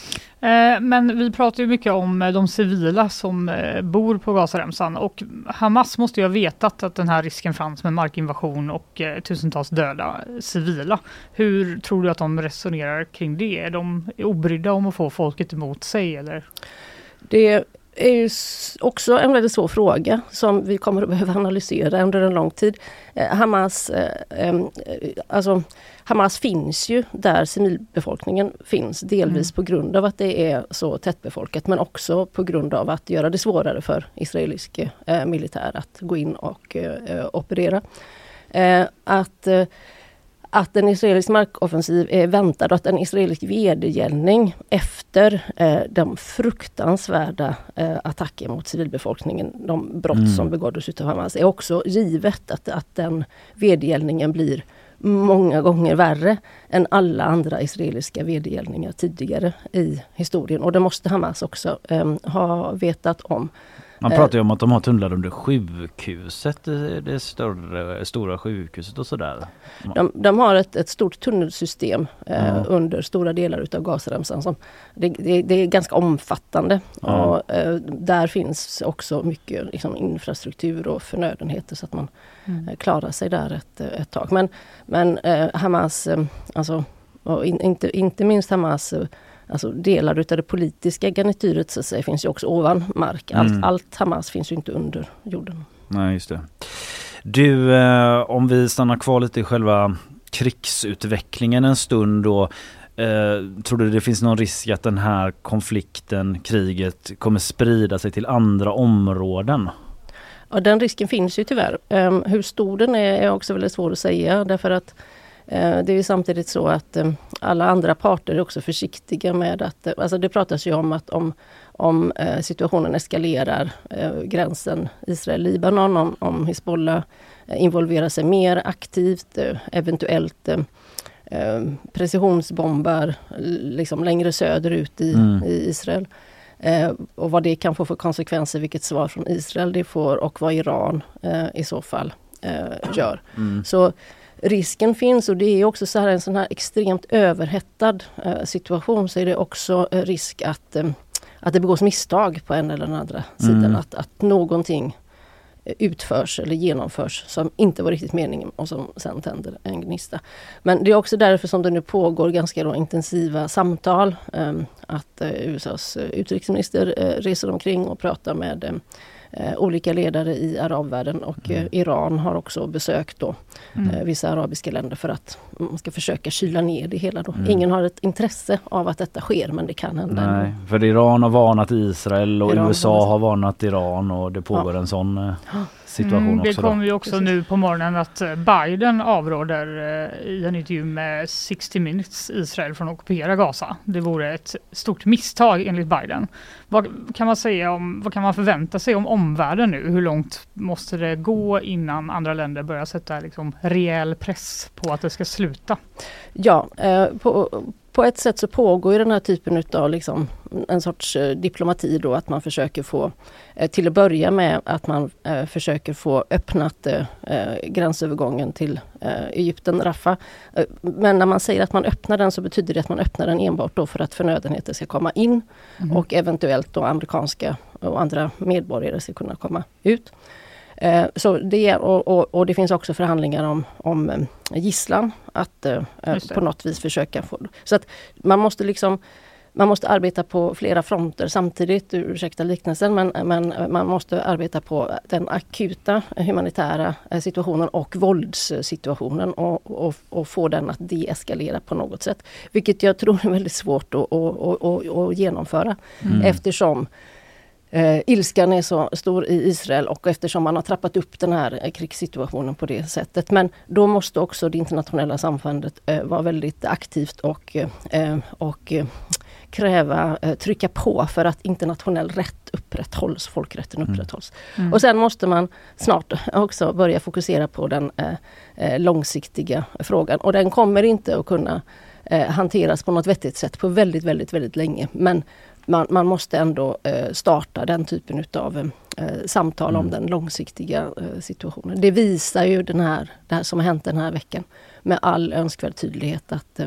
Eh, men vi pratar ju mycket om de civila som eh, bor på Gazaremsan och Hamas måste ju ha vetat att den här risken fanns med markinvasion och eh, tusentals döda civila. Hur tror du att de resonerar kring det? Är de obrydda om att få folket emot sig eller? Det är ju också en väldigt svår fråga som vi kommer att behöva analysera under en lång tid. Eh, Hamas, eh, eh, alltså, Hamas finns ju där civilbefolkningen finns, delvis mm. på grund av att det är så tättbefolkat men också på grund av att göra det svårare för israelisk eh, militär att gå in och eh, operera. Eh, att eh, Att en israelisk markoffensiv är väntad och att en israelisk vedergällning efter eh, de fruktansvärda eh, attacker mot civilbefolkningen, de brott mm. som begåddes utav Hamas, är också givet att, att den vedergällningen blir många gånger värre än alla andra israeliska vedergällningar tidigare i historien. Och det måste Hamas också eh, ha vetat om. Man pratar ju om att de har tunnlar under sjukhuset, det större, stora sjukhuset och sådär. De, de har ett, ett stort tunnelsystem eh, mm. under stora delar utav Gazaremsan. Som, det, det, det är ganska omfattande mm. och eh, där finns också mycket liksom, infrastruktur och förnödenheter så att man mm. eh, klarar sig där ett, ett tag. Men, men eh, Hamas, eh, alltså, och in, inte, inte minst Hamas eh, alltså delar utav det politiska garnityret så säga, finns ju också ovan mark. Allt, mm. allt Hamas finns ju inte under jorden. Nej, just det. Du, eh, om vi stannar kvar lite i själva krigsutvecklingen en stund då. Eh, tror du det finns någon risk att den här konflikten, kriget, kommer sprida sig till andra områden? Ja, den risken finns ju tyvärr. Um, hur stor den är är också väldigt svårt att säga, därför att uh, det är ju samtidigt så att um, alla andra parter är också försiktiga med att, uh, alltså det pratas ju om att om, om uh, situationen eskalerar uh, gränsen Israel-Libanon, om, om Hizbollah uh, involverar sig mer aktivt, uh, eventuellt uh, uh, precisionsbombar liksom längre söderut i, mm. i Israel. Eh, och vad det kan få för konsekvenser, vilket svar från Israel det får och vad Iran eh, i så fall eh, gör. Mm. Så risken finns, och det är också så här en sån här extremt överhettad eh, situation, så är det också eh, risk att, eh, att det begås misstag på en eller den andra mm. sidan. Att, att någonting utförs eller genomförs som inte var riktigt meningen och som sen tänder en gnista. Men det är också därför som det nu pågår ganska då intensiva samtal. Um, att uh, U S A:s uh, utrikesminister uh, reser omkring och pratar med um, uh, olika ledare i arabvärlden, och uh, Iran har också besökt då mm. uh, vissa arabiska länder för att man ska försöka kyla ner det hela då. Mm. Ingen har ett intresse av att detta sker, men det kan hända. Nej, för Iran har varnat Israel och Iran U S A har varnat Iran, och det pågår ja. en sån uh, situation mm, det också. Det kom ju då. också nu på morgonen att Biden avråder uh, i en intervju med sextio minutes Israel från att ockupera Gaza. Det vore ett stort misstag enligt Biden. Vad kan man säga om, vad kan man förvänta sig om omvärlden nu? Hur långt måste det gå innan andra länder börjar sätta liksom rejäl press på att det ska sluta? Ja, eh, på, på ett sätt så pågår ju den här typen av liksom en sorts eh, diplomati då, att man försöker få, eh, till att börja med att man eh, försöker få öppnat eh, gränsövergången till eh, Egypten, Rafah. Eh, men när man säger att man öppnar den, så betyder det att man öppnar den enbart då för att förnödenheter ska komma in mm. och eventuellt då amerikanska och andra medborgare ska kunna komma ut. Eh, så det, och, och, och det finns också förhandlingar om, om eh, gisslan, att eh, på något vis försöka få. Så att man måste liksom man måste arbeta på flera fronter samtidigt, ursäkta liknelsen, men, men man måste arbeta på den akuta humanitära situationen och våldssituationen och, och, och få den att deeskalera på något sätt. Vilket jag tror är väldigt svårt att, att, att, att genomföra mm. eftersom Eh, ilskan är så stor i Israel, och eftersom man har trappat upp den här eh, krigssituationen på det sättet. Men då måste också det internationella samfundet eh, vara väldigt aktivt och, eh, och eh, kräva, eh, trycka på för att internationell rätt upprätthålls, folkrätten upprätthålls. Mm. Mm. Och sen måste man snart också börja fokusera på den eh, eh, långsiktiga frågan. Och den kommer inte att kunna eh, hanteras på något vettigt sätt på väldigt, väldigt, väldigt länge. Men Man, man måste ändå eh, starta den typen av eh, samtal mm. om den långsiktiga eh, situationen. Det visar ju den här, det här som har hänt den här veckan med all önskvärd tydlighet att eh,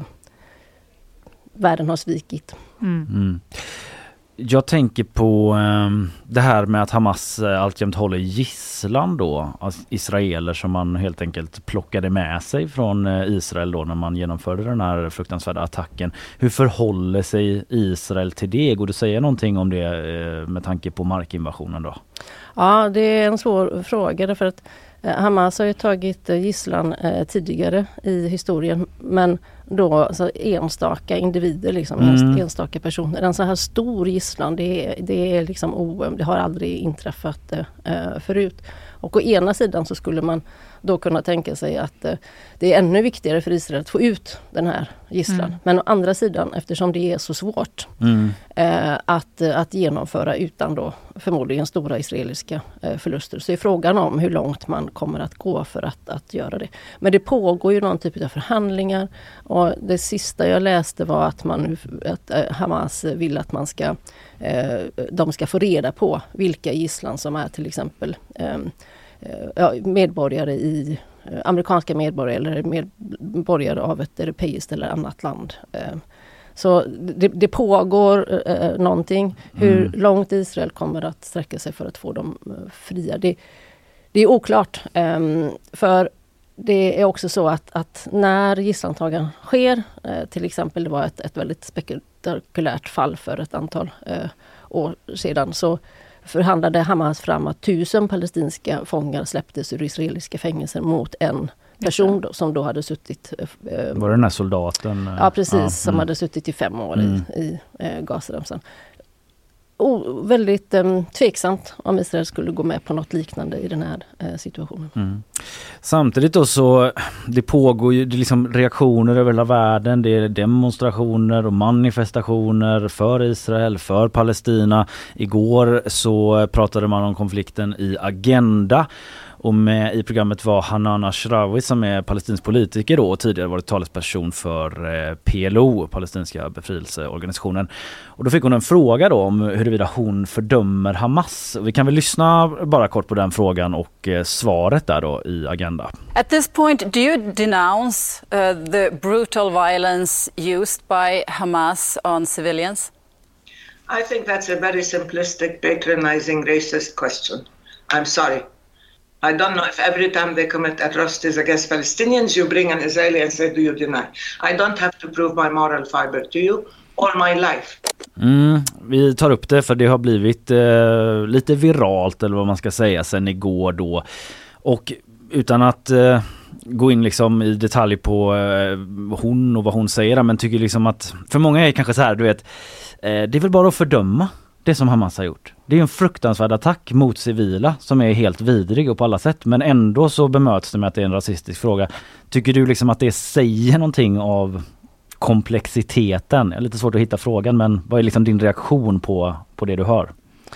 världen har svikit. Mm. Mm. Jag tänker på um, det här med att Hamas uh, alltjämt håller gisslan då, alltså israeler som man helt enkelt plockade med sig från uh, Israel då när man genomförde den här fruktansvärda attacken. Hur förhåller sig Israel till det? Går du säga någonting om det uh, med tanke på markinvasionen då? Ja, det är en svår fråga därför att uh, Hamas har ju tagit uh, gisslan uh, tidigare i historien, men då alltså, enstaka individer, liksom, mm. enstaka personer. En så här stor gisslan, det, är, det, är liksom, oh, det har aldrig inträffat uh, förut. Och å ena sidan så skulle man då kunna tänka sig att uh, det är ännu viktigare för Israel att få ut den här gisslan. Mm. Men å andra sidan, eftersom det är så svårt mm. uh, att, uh, att genomföra utan då förmodligen stora israeliska uh, förluster, så är frågan om hur långt man kommer att gå för att, att göra det. Men det pågår ju någon typ av förhandlingar. Och det sista jag läste var att, man, att Hamas vill att man ska, eh, de ska få reda på vilka gisslan som är till exempel eh, eh, medborgare i eh, amerikanska medborgare eller medborgare av ett europeiskt eller annat land. Eh, så det, det pågår eh, någonting. Hur mm. långt Israel kommer att sträcka sig för att få dem eh, fria, det, det är oklart. Eh, för det är också så att, att när gisslantagan sker, eh, till exempel det var ett, ett väldigt spektakulärt fall för ett antal eh, år sedan, så förhandlade Hamas fram att tusen palestinska fångar släpptes ur israeliska fängelser mot en person då, som då hade suttit... Eh, var det den här soldaten? Ja, precis, ja, som mm. hade suttit i fem år mm. i, i eh, Gazaremsan. o, väldigt um, tveksamt om Israel skulle gå med på något liknande i den här uh, situationen. Mm. Samtidigt då så det pågår ju det liksom reaktioner över hela världen. Det är demonstrationer och manifestationer för Israel, för Palestina. Igår så pratade man om konflikten i Agenda. Och med i programmet var Hanan Ashrawi som är palestinsk politiker då och tidigare varit talesperson för eh, P L O, palestinska befrielseorganisationen. Och då fick hon en fråga då om huruvida hon fördömer Hamas. Vi kan väl lyssna bara kort på den frågan och eh, svaret där då i Agenda. At this point, do you denounce uh, the brutal violence used by Hamas on civilians? I think that's a very simplistic, patronizing, racist question. I'm sorry. I don't know if every time they commit atrocities against Palestinians, you bring an Israeli and say, do you deny? I don't have to prove my moral fiber to you all my life. Mm, vi tar upp det för det har blivit eh, lite viralt eller vad man ska säga sen igår då. Och utan att eh, gå in liksom i detalj på eh, hon och vad hon säger, men tycker liksom att för många är det kanske så här, du vet, eh, det är väl bara att fördöma det som Hamas har gjort. Det är en fruktansvärd attack mot civila som är helt vidrig och på alla sätt. Men ändå så bemöts det med att det är en rasistisk fråga. Tycker du liksom att det säger någonting av komplexiteten? Det är lite svårt att hitta frågan, men vad är liksom din reaktion på, på det du hör?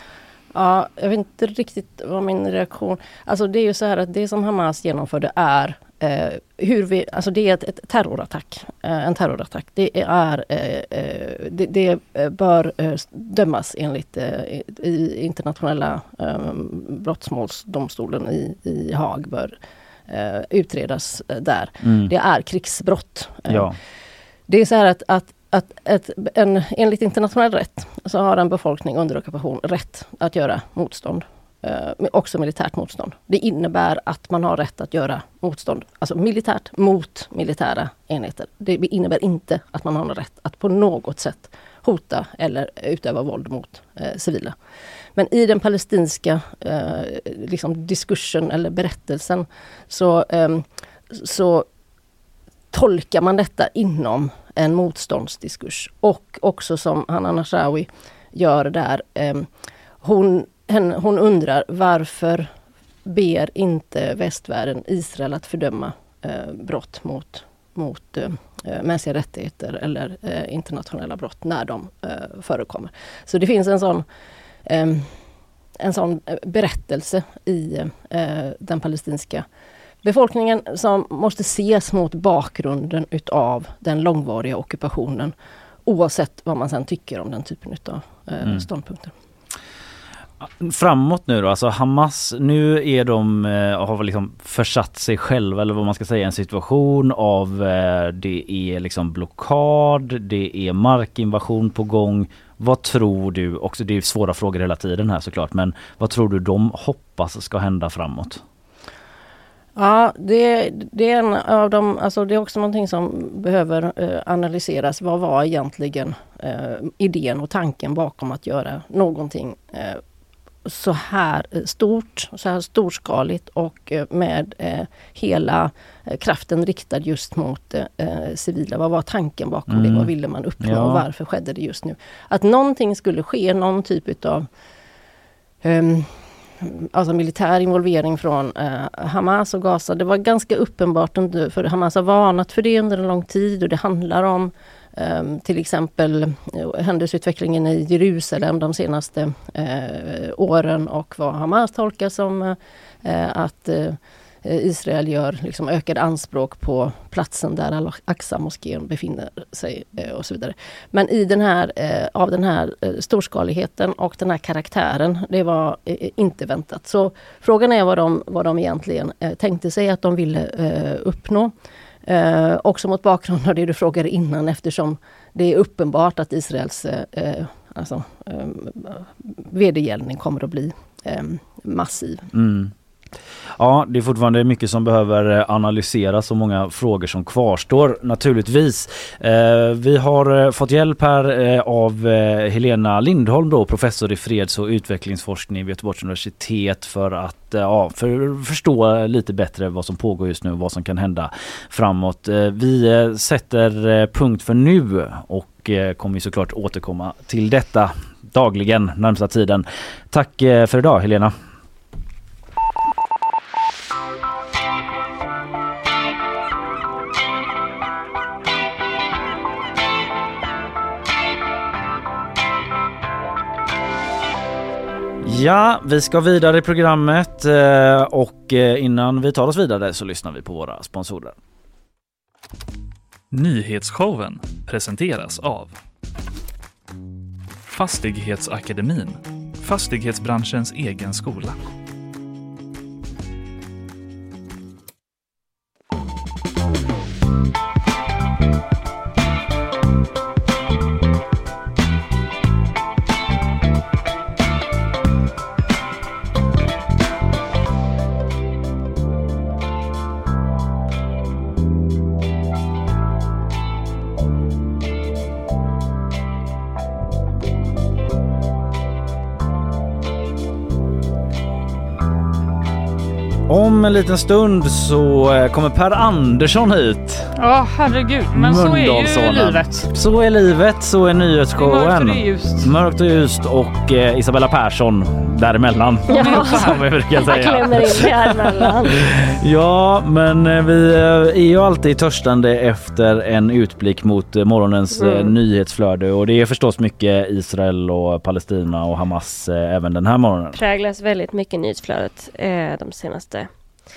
Ja, jag vet inte riktigt vad min reaktion... Alltså det är ju så här att det som Hamas genomförde är eh, hur vi... Alltså det är ett, ett terrorattack. Eh, en terrorattack. Det är... Eh, det, det bör eh, dömas enligt eh, i internationella eh, brottmålsdomstolen i, i Haag bör eh, utredas eh, där. Mm. Det är krigsbrott. Eh, ja. Det är så här att, att Att ett, en, enligt internationell rätt så har en befolkning under ockupation rätt att göra motstånd. Eh, också militärt motstånd. Det innebär att man har rätt att göra motstånd. Alltså militärt mot militära enheter. Det innebär inte att man har rätt att på något sätt hota eller utöva våld mot eh, civila. Men i den palestinska eh, liksom diskursen eller berättelsen så, eh, så tolkar man detta inom en motståndsdiskurs. Och också som Hanan Ashrawi gör där. Eh, hon, henne, hon undrar varför ber inte västvärlden Israel att fördöma eh, brott mot, mot eh, mänskliga rättigheter eller eh, internationella brott när de eh, förekommer. Så det finns en sån, eh, en sån berättelse i eh, den palestinska befolkningen som måste ses mot bakgrunden utav den långvariga ockupationen, oavsett vad man sen tycker om den typen av eh, mm. ståndpunkter. Framåt nu då, alltså Hamas, nu är de, eh, har liksom försatt sig själva, eller vad man ska säga, en situation av eh, det är liksom blockad, det är markinvasion på gång. Vad tror du, också det är svåra frågor hela tiden här såklart, men vad tror du de hoppas ska hända framåt? Ja, det, det är en av de, alltså det är också någonting som behöver eh, analyseras. Vad var egentligen eh, idén och tanken bakom att göra någonting eh, så här stort, så här storskaligt och eh, med eh, hela eh, kraften riktad just mot eh, civila. Vad var tanken bakom mm. det? Vad ville man uppnå ja. och varför skedde det just nu? Att någonting skulle ske, någon typ av eh, alltså militär involvering från eh, Hamas och Gaza. Det var ganska uppenbart, under, för Hamas har varnat för det under en lång tid, och det handlar om eh, till exempel eh, händelseutvecklingen i Jerusalem de senaste eh, åren, och vad Hamas tolkar som eh, att eh, Israel gör liksom ökade anspråk på platsen där Al-Aqsa-moskén befinner sig eh, och så vidare. Men i den här, eh, av den här eh, storskaligheten och den här karaktären, det var eh, inte väntat. Så frågan är vad de, vad de egentligen eh, tänkte sig att de ville eh, uppnå. Eh, också mot bakgrund av det du frågade innan, eftersom det är uppenbart att Israels eh, alltså, eh, vedergällning kommer att bli eh, massiv. Mm. Ja, det är fortfarande mycket som behöver analyseras och många frågor som kvarstår naturligtvis. Eh, vi har fått hjälp här eh, av eh, Helena Lindholm då, professor i freds- och utvecklingsforskning vid Göteborgs universitet, för att eh, ja, för, förstå lite bättre vad som pågår just nu och vad som kan hända framåt. Eh, vi eh, sätter eh, punkt för nu och eh, kommer såklart återkomma till detta. dagligen närmsta tiden. Tack för idag, Helena. Ja, vi ska vidare i programmet och innan vi tar oss vidare så lyssnar vi på våra sponsorer. Nyhetsshowen presenteras av Fastighetsakademin, fastighetsbranschens egen skola. Om en liten stund så kommer Per Andersson hit. Ja, oh, herregud. Men så är ju livet. Så är livet, så är nyhetsshowen. Mörkt och ljust. Mörkt och ljust och eh, Isabella Persson däremellan. Ja, som vi brukar säga. Jag klämmer in däremellan. Ja, men vi är ju alltid törstande efter en utblick mot morgonens mm. nyhetsflöde. Och det är förstås mycket Israel och Palestina och Hamas eh, även den här morgonen. Präglas väldigt mycket nyhetsflödet eh, de senaste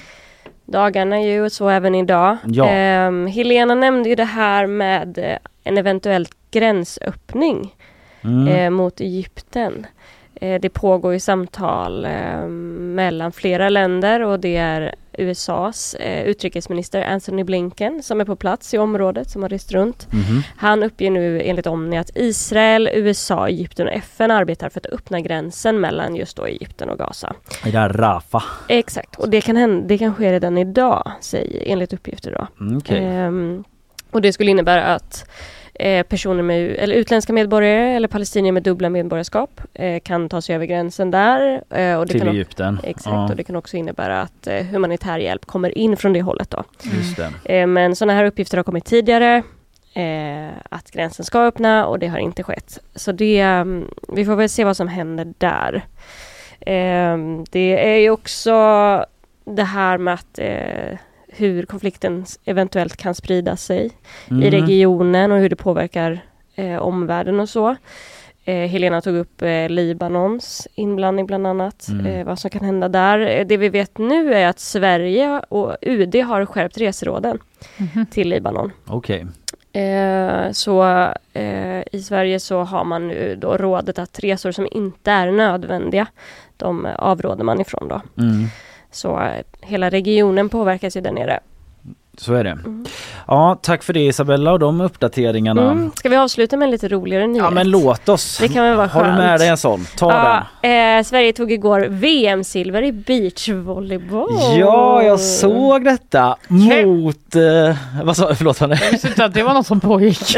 dagarna ju, och så även idag. Ja. Eh, Helena nämnde ju det här med eh, en eventuell gränsöppning mm. eh, mot Egypten. Eh, det pågår ju samtal eh, mellan flera länder, och det är U S A:s eh, utrikesminister Antony Blinken som är på plats i området, som har rest runt. Mm-hmm. Han uppger nu enligt Omni att Israel, U S A, Egypten och F N arbetar för att öppna gränsen mellan just då Egypten och Gaza. I där Rafa. Exakt, och det kan, hända, det kan ske redan idag, säger, enligt uppgifter då. Okay. Ehm, och det skulle innebära att eh, personer med eller utländska medborgare eller palestinier med dubbla medborgarskap eh, kan ta sig över gränsen där. Eh, och det till kan Egypten. O- exakt, ja. Och det kan också innebära att eh, humanitär hjälp kommer in från det hållet då. Just det. Eh, men sådana här uppgifter har kommit tidigare. Eh, att gränsen ska öppna, och det har inte skett. Så det, um, vi får väl se vad som händer där. Eh, det är ju också det här med att eh, hur konflikten eventuellt kan sprida sig mm. i regionen och hur det påverkar eh, omvärlden och så. Eh, Helena tog upp eh, Libanons inblandning bland annat. Mm. Eh, vad som kan hända där. Det vi vet nu är att Sverige och U D har skärpt reseråden mm. till Libanon. Okej. Okay. Eh, så eh, i Sverige så har man nu då rådet att resor som inte är nödvändiga, de avråder man ifrån då. Mm. Så eh, hela regionen påverkas ju där nere. Så är det. Mm. Ja, tack för det Isabella och de uppdateringarna. Mm. Ska vi avsluta med en lite roligare nyhet? Ja, men låt oss. Det kan väl vara skönt. Har du med dig en sån? Ta ja, den. Eh, Sverige tog igår V M-silver i beachvolleyboll. Ja, jag såg detta mot... Eh, vad sa förlåt vad Jag visste inte att det var något som pågick.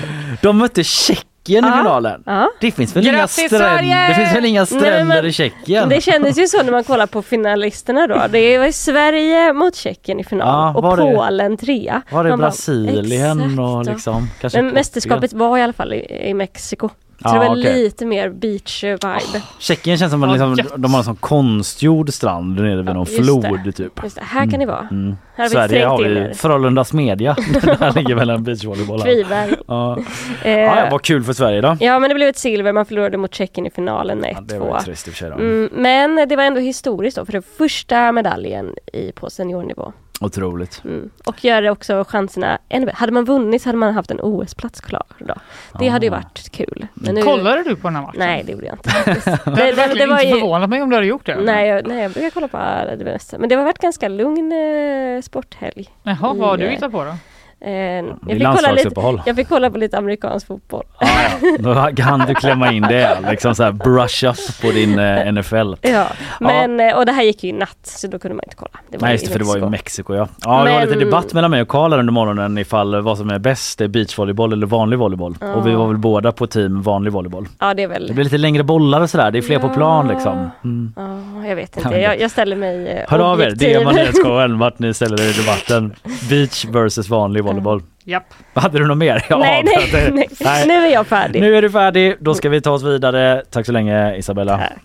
De mötte Tjeckien i finalen. Ja. Det finns väl Grattis, inga stränder, det finns väl inga stränder Nej, men, i Tjeckien. Det kändes ju så när man kollar på finalisterna då. Det var Sverige mot Tjeckien i final ja, och det, Polen trea. Var det man Brasilien bara, och liksom kanske men mästerskapet var i alla fall i, i Mexiko. Så ja, det var okay. lite mer beach-vibe. Oh, Tjeckien känns som att liksom, de har en sån konstgjord strand nere vid ja, någon flod det. Typ. Just det. Här kan det vara. Mm. Här har Sverige vi har vi in Frölunda Smedja. Där ligger väl en beachvolleyboll. Kviberg. Ja. Eh, ja, vad kul för Sverige då. Ja, men det blev ett silver. Man förlorade mot Tjeckien i finalen med ett två. Ja, det var trist i och för sig då. Mm, men det var ändå historiskt då, för den första medaljen i, på seniornivå. Otroligt. Mm. Och gör också chanserna ännu bättre. Hade man vunnit så hade man haft en O S-plats klar då. Det ah. hade ju varit kul. Men nu... Kollade du på den här matchen? Nej, det gjorde jag inte. det, det, det, det var inte ju... förvånat mig om du hade gjort det. Nej, jag, nej, jag brukar kolla på det mesta. Men det har varit ganska lugn eh, sporthelg. Jaha, vad har du hittat på då? Eh, jag, fick kolla lite, jag fick kolla på lite amerikansk fotboll. Ah, ja. Då kan du klämma in det. Liksom så här brush up på din eh, N F L. Ja, men, ja. Och det här gick ju i natt, så då kunde man inte kolla. Det var Nej, just det, för det var ju Mexiko, ja. Ja, men... det var lite debatt mellan mig och Karl under morgonen ifall vad som är bäst, är beachvolleyboll eller vanlig volleyboll. Ja. Och vi var väl båda på team vanlig volleyboll. Ja, det är väl... Det blir lite längre bollar och sådär. Det är fler ja. på plan liksom. Mm. Ja, jag vet inte. Jag, jag ställer mig eh, hör av er, det är man nyhetsshowen vart ni ställer er i debatten. Beach versus vanlig volleyboll. Japp. Hade du något mer? Ja, nej, nej, nej, nej. nej. Nu är jag färdig. Nu är du färdig. Då ska vi ta oss vidare. Tack så länge, Isabella. Tack.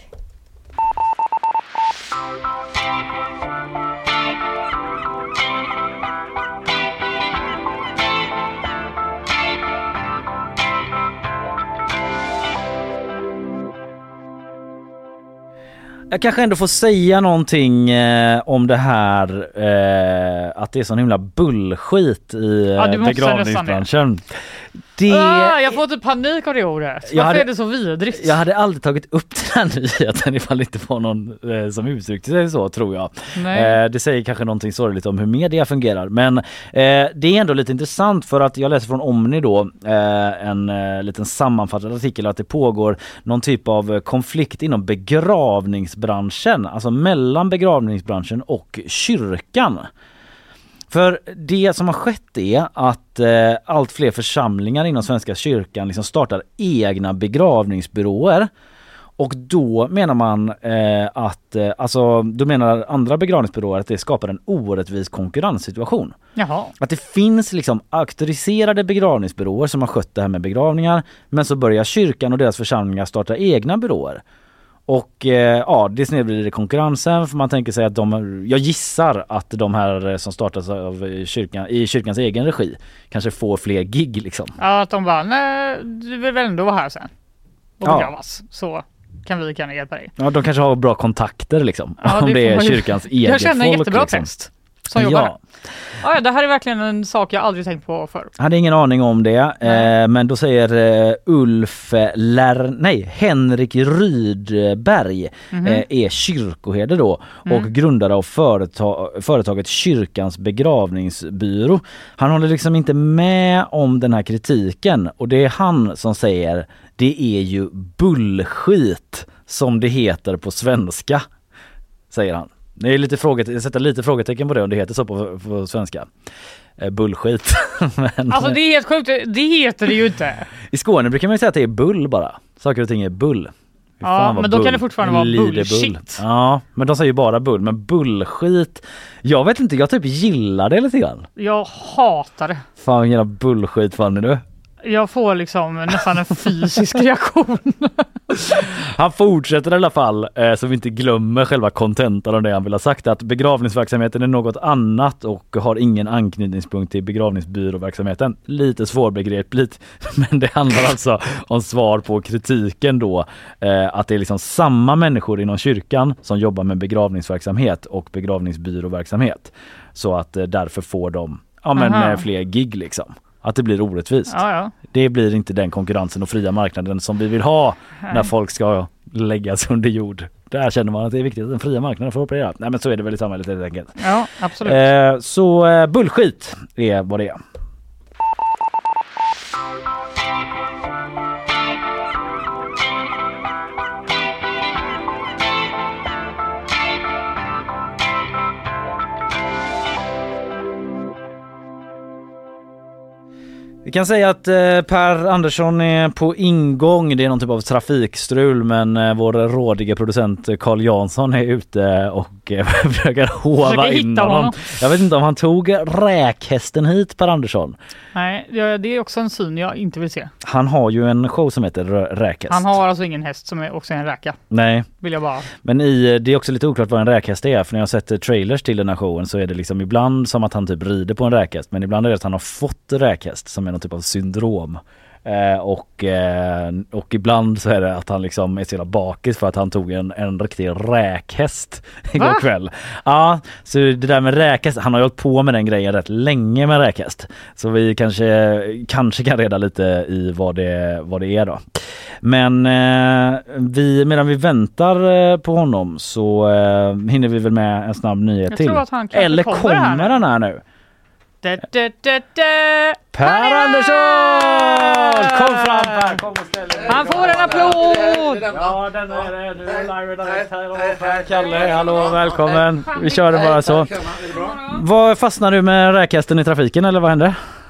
Jag kanske ändå får säga någonting eh, om det här eh, att det är sån himla bullskit i ja, begravningsbranschen. Det... Ah, jag får typ panik av det ordet. Varför hade, är det så vidrigt? Jag hade aldrig tagit upp den här nyheten ifall det inte var någon eh, som uttryckte sig så, tror jag. Eh, det säger kanske någonting sorgligt om hur media fungerar. Men eh, det är ändå lite intressant för att jag läser från Omni då eh, en eh, liten sammanfattad artikel att det pågår någon typ av konflikt inom begravningsbranschen. Alltså mellan begravningsbranschen och kyrkan. För det som har skett är att eh, allt fler församlingar inom Svenska kyrkan liksom startar egna begravningsbyråer. Och då menar man eh, att, eh, alltså då menar andra begravningsbyråer att det skapar en orättvis konkurrenssituation. Jaha. Att det finns liksom auktoriserade begravningsbyråer som har skött det här med begravningar, men så börjar kyrkan och deras församlingar starta egna byråer. Och eh, ja, det snedvrider konkurrensen för man tänker sig att de, jag gissar att de här som startas av kyrkan i kyrkans egen regi kanske får fler gig liksom. Ja, att de bara, nej, du vill väl ändå vara här sen och ja. begravas, så kan vi kan hjälpa dig. Ja, de kanske har bra kontakter liksom, ja, om det, det är man... kyrkans eget folk. Jag känner en jättebra liksom. text som jobbar ja. Ja, det här är verkligen en sak jag aldrig tänkt på förr. Jag hade ingen aning om det, eh, men då säger eh, Ulf Lär, nej, Henrik Rydberg mm-hmm. eh, är kyrkoherde då mm. och grundare av företag, företaget Kyrkans begravningsbyrå. Han håller liksom inte med om den här kritiken och det är han som säger det är ju bullskit som det heter på svenska, säger han. Det är lite fråget, jag sätter lite frågetecken på det om det heter så på, på svenska. Eh, bullskit. Men, alltså det är helt sjukt, det heter det ju inte. I Skåne brukar man ju säga att det är bull bara. Saker och ting är bull. Ja, men då bull. Kan det fortfarande vara bullshit. Bull. Ja, men de säger ju bara bull. Men bullskit, jag vet inte, jag typ gillar det lite grann. Jag hatar det. Fan, vilken jävla bullskit fan är du? Jag får liksom nästan en fysisk reaktion. Han fortsätter i alla fall, eh, så vi inte glömmer själva kontentan av det han vill ha sagt, att begravningsverksamheten är något annat och har ingen anknytningspunkt till begravningsbyråverksamheten. Lite svårbegripligt, men det handlar alltså om svar på kritiken då, eh, att det är liksom samma människor inom kyrkan som jobbar med begravningsverksamhet och begravningsbyråverksamhet. Så att eh, därför får de ja, men, eh, fler gig liksom. Att det blir orättvist. Ja, ja. Det blir inte den konkurrensen och fria marknaden som vi vill ha. Nej. När folk ska läggas under jord. Där känner man att det är viktigt att den fria marknaden får operera. Nej, men så är det väl i samhället helt enkelt. Ja, absolut. Eh, så eh, bullskit är vad det är. Vi kan säga att eh, Per Andersson är på ingång. Det är någon typ av trafikstrul, men eh, vår rådige producent Carl Jansson är ute och eh, försöker hova in honom. honom. Jag vet inte om han tog räkhästen hit, Per Andersson. Nej, det är också en syn jag inte vill se. Han har ju en show som heter Räkhäst. Han har alltså ingen häst som är också en räka. Nej. Vill jag bara. Men i, det är också lite oklart vad en räkhäst är. För när jag har sett trailers till den här showen så är det liksom ibland som att han typ rider på en räkhäst. Men ibland är det att han har fått räkhäst som är någon typ av syndrom. Eh, och, eh, och ibland så är det att han liksom är så jävla bakis för att han tog en, en riktig räkhäst igår Va? kväll. Ja, så det där med räkhäst, han har ju hållit på med den grejen rätt länge med räkhäst. Så vi kanske, kanske kan reda lite i vad det, vad det är då. Men eh, vi, medan vi väntar eh, på honom så eh, hinner vi väl med en snabb nyhet Jag till. Tror att han Eller kommer, kommer här han här nu? Da, da, da, da. Per Andersson! Kom fram Per, kom och ställ dig. Han får en applåd! Ja, den är det. Du är live direkt här. Kalle, hallå, välkommen. Vi kör det bara så. Vad fastnar du med räkhästen i trafiken eller vad händer? Ja, alltså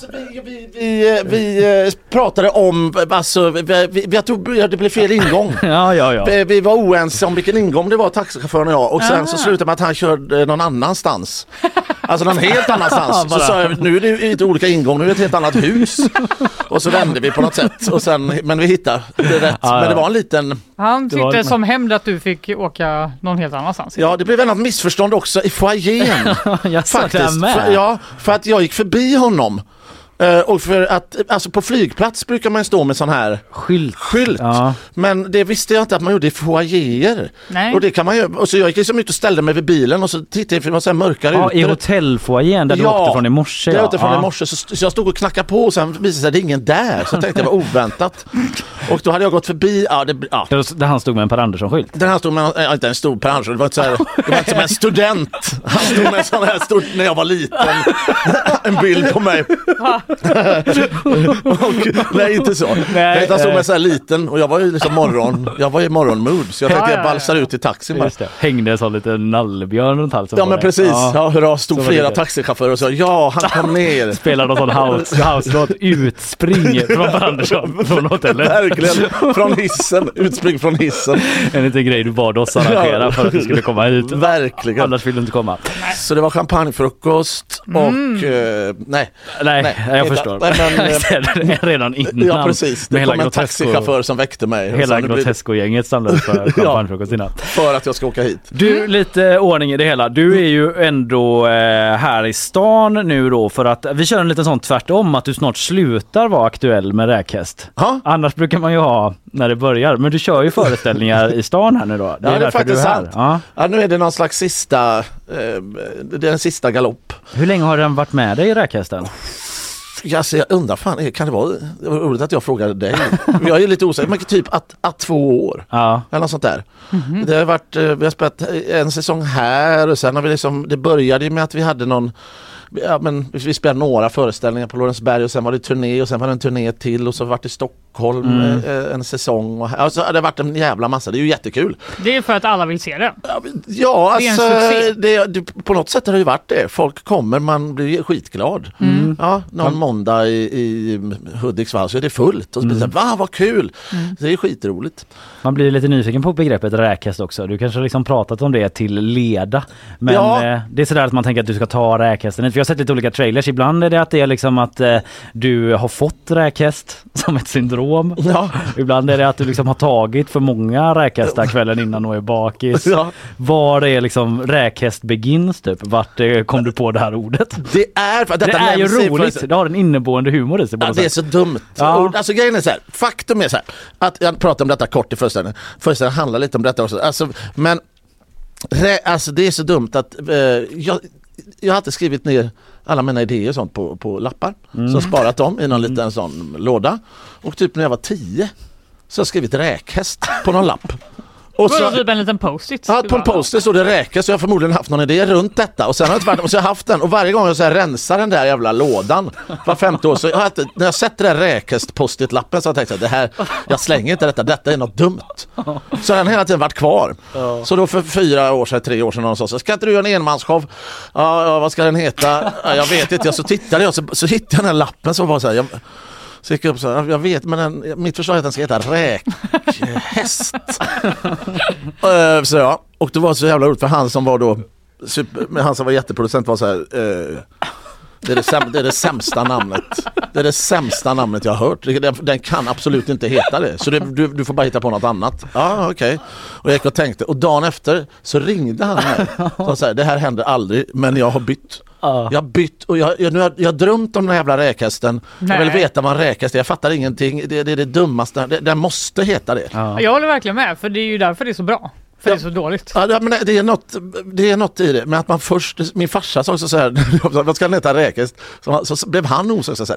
alltså, vi, vi, vi, vi pratade om, alltså, vi, vi, jag tror det blev fel ingång. ja, ja, ja. Vi, vi var oense om vilken ingång det var, taxichauffören och jag. Och sen Aha. så slutade med att han körde någon annanstans. Alltså någon helt annanstans. Så sa jag, nu är det inte olika ingång, nu är det ett helt annat hus. Och så vände vi på något sätt. Och sen, men vi hittade det rätt. Ja, ja. Men det var en liten... Han tyckte var... som hämnd att du fick åka någon helt annanstans. Ja, det blev ett missförstånd också i foajén. jag faktiskt. Med. För, ja, för att jag gick förbi honom. Uh, och för att, alltså på flygplats brukar man stå med sån här skylt. skylt. Ja. Men det visste jag inte att man gjorde i foajéer. Nej. Och det kan man ju, och så jag gick liksom ut och ställde mig vid bilen och så tittade jag för det var så här mörkare ja, ute. I hotellfoajén där ja, du åkte från i morse. Ja, jag åkte från ja. i morse. Så, så jag stod och knackade på och sen visade sig att det är ingen där. Så jag tänkte det var oväntat. Och då hade jag gått förbi, ja det... Ja. Där han stod med en Per Andersson-skylt? Där han stod med, ja, inte en stor Per Andersson, det var inte så här, det var inte som en student. Han stod med en sån här stor, när jag var liten. En bild på mig. och, nej, inte så. Nej, jag stod med så här liten och jag var ju liksom morgon, jag var i morgonmood så jag tänkte ja, ja, jag balsar ut i taxin bara. Hängde så lite nallebjörn runt halsen. Ja men det. Precis, ja, ja hurra, stod flera taxichaufförer och sa ja, han kom ner. Spelar någon sån house, house-låt, utspringer från Per Andersson från hotellet. Verkligen, från hissen, utspring från hissen. En liten grej du bad oss arrangera ja. för att du skulle komma hit. Verkligen. Annars vill du inte komma. Så det var champagnefrukost och mm. uh, nej. Nej, nej, jag inte, förstår. Nej, men, redan innan. Ja, precis. Det kom en taxichaufför som väckte mig. Hela Grotesco-gänget samlades för champagnefrukost innan. För att jag ska åka hit. Du, lite ordning i det hela. Du är ju ändå eh, här i stan nu då för att vi kör en liten sån tvärtom att du snart slutar vara aktuell med räkhäst. Ha? Annars brukar man ju ha när det börjar. Men du kör ju föreställningar i stan här nu då. Det är, ja, det är faktiskt du är sant. Ja. Ja, nu är det någon slags sista, eh, det är en sista galopp. Hur länge har den varit med dig i räkhästen? Alltså, jag undrar fan, kan det vara, det var roligt att jag frågade dig. Jag är lite osäker, men typ att, att två år. Ja. Eller något sånt där. Mm-hmm. Det har varit, vi har spelat en säsong här och sen har vi liksom, det började med att vi hade någon, ja, men vi spelade några föreställningar på Lorensberg och sen var det turné och sen var det en turné till och så var det i Stockholm mm. en säsong och alltså, det har varit en jävla massa, det är ju jättekul. Det är för att alla vill se det. Ja, det alltså är det, det, på något sätt har det ju varit det. Folk kommer, man blir skitglad. Mm. Ja, någon mm. måndag i, i Hudiksvall så är det fullt och så blir det, va vad kul. Mm. Det är skitroligt. Man blir lite nyfiken på begreppet räkhäst också. Du kanske liksom pratat om det till leda. Men ja. eh, det är sådär att man tänker att du ska ta räkhästen. För jag har sett lite olika trailers. Ibland är det att det är liksom att eh, du har fått räkhäst som ett syndrom. Ja. Ibland är det att du liksom har tagit för många räkhästar kvällen innan och är bakis. Ja. Var är liksom räkhäst begins typ? Vart eh, kom du på det här ordet? Det är, för detta det är ju roligt. För... Det har en inneboende humor i sig. Ja, det är så dumt. Ja. Alltså grejen är så här, faktum är så här, att jag pratar om detta kort i föreställningen. Föreställningen handlar lite om detta också. Alltså, men alltså, det är så dumt att eh, jag, jag har inte skrivit ner alla mina idéer och sånt på, på lappar. Mm. Så sparat dem i någon mm. liten sån låda. Och typ när jag var tio så har jag skrivit räkhäst på någon lapp. Och så typ en liten post-it. Ja, på en post-it så det räcker, så jag har förmodligen haft någon idé runt detta och sen har jag, varit, och så har jag haft den och varje gång jag så här rensar den där jävla lådan var femte år så jag har inte, när jag sätter den räkest post-it-lappen så har jag tänkt att det här, jag slänger inte detta, detta är något dumt. Så den har hela tiden varit kvar. Så då för fyra år sedan, tre år sedan någon sa så ska inte du göra en enmansshow? Ja, ja, vad ska den heta? Ja, jag vet inte, jag så tittade jag så, så hittade jag den här lappen som var så här, jag, så gick jag upp så här, jag vet, men den, mitt förslag är att den ska heta räkhäst. uh, så ja, och det var så jävla roligt för han som var då super, men han som var jätteproducent var så här uh, det, är det, säm, det är det sämsta namnet. Det är det sämsta namnet jag har hört. Den, den kan absolut inte heta det. Så det, du, du får bara hitta på något annat. Ja, okej. Okay. Och jag gick och tänkte, och dagen efter så ringde han mig. Så sa, det här händer aldrig, men jag har bytt. Uh. Jag har bytt och jag, jag, nu har, jag har drömt om den jävla räkhästen. Jag vill veta vad en räkhäst är. Jag fattar ingenting. Det, det är det dummaste. Det, den måste heta det. Uh. Jag håller verkligen med, för det är ju därför det är så bra. För ja. Det är så dåligt. Ja, men det är något, det är något i det. Men att man först, min farsa sa också så här, vad ska den heta räkhäst? Så, så, så blev han osökt så här,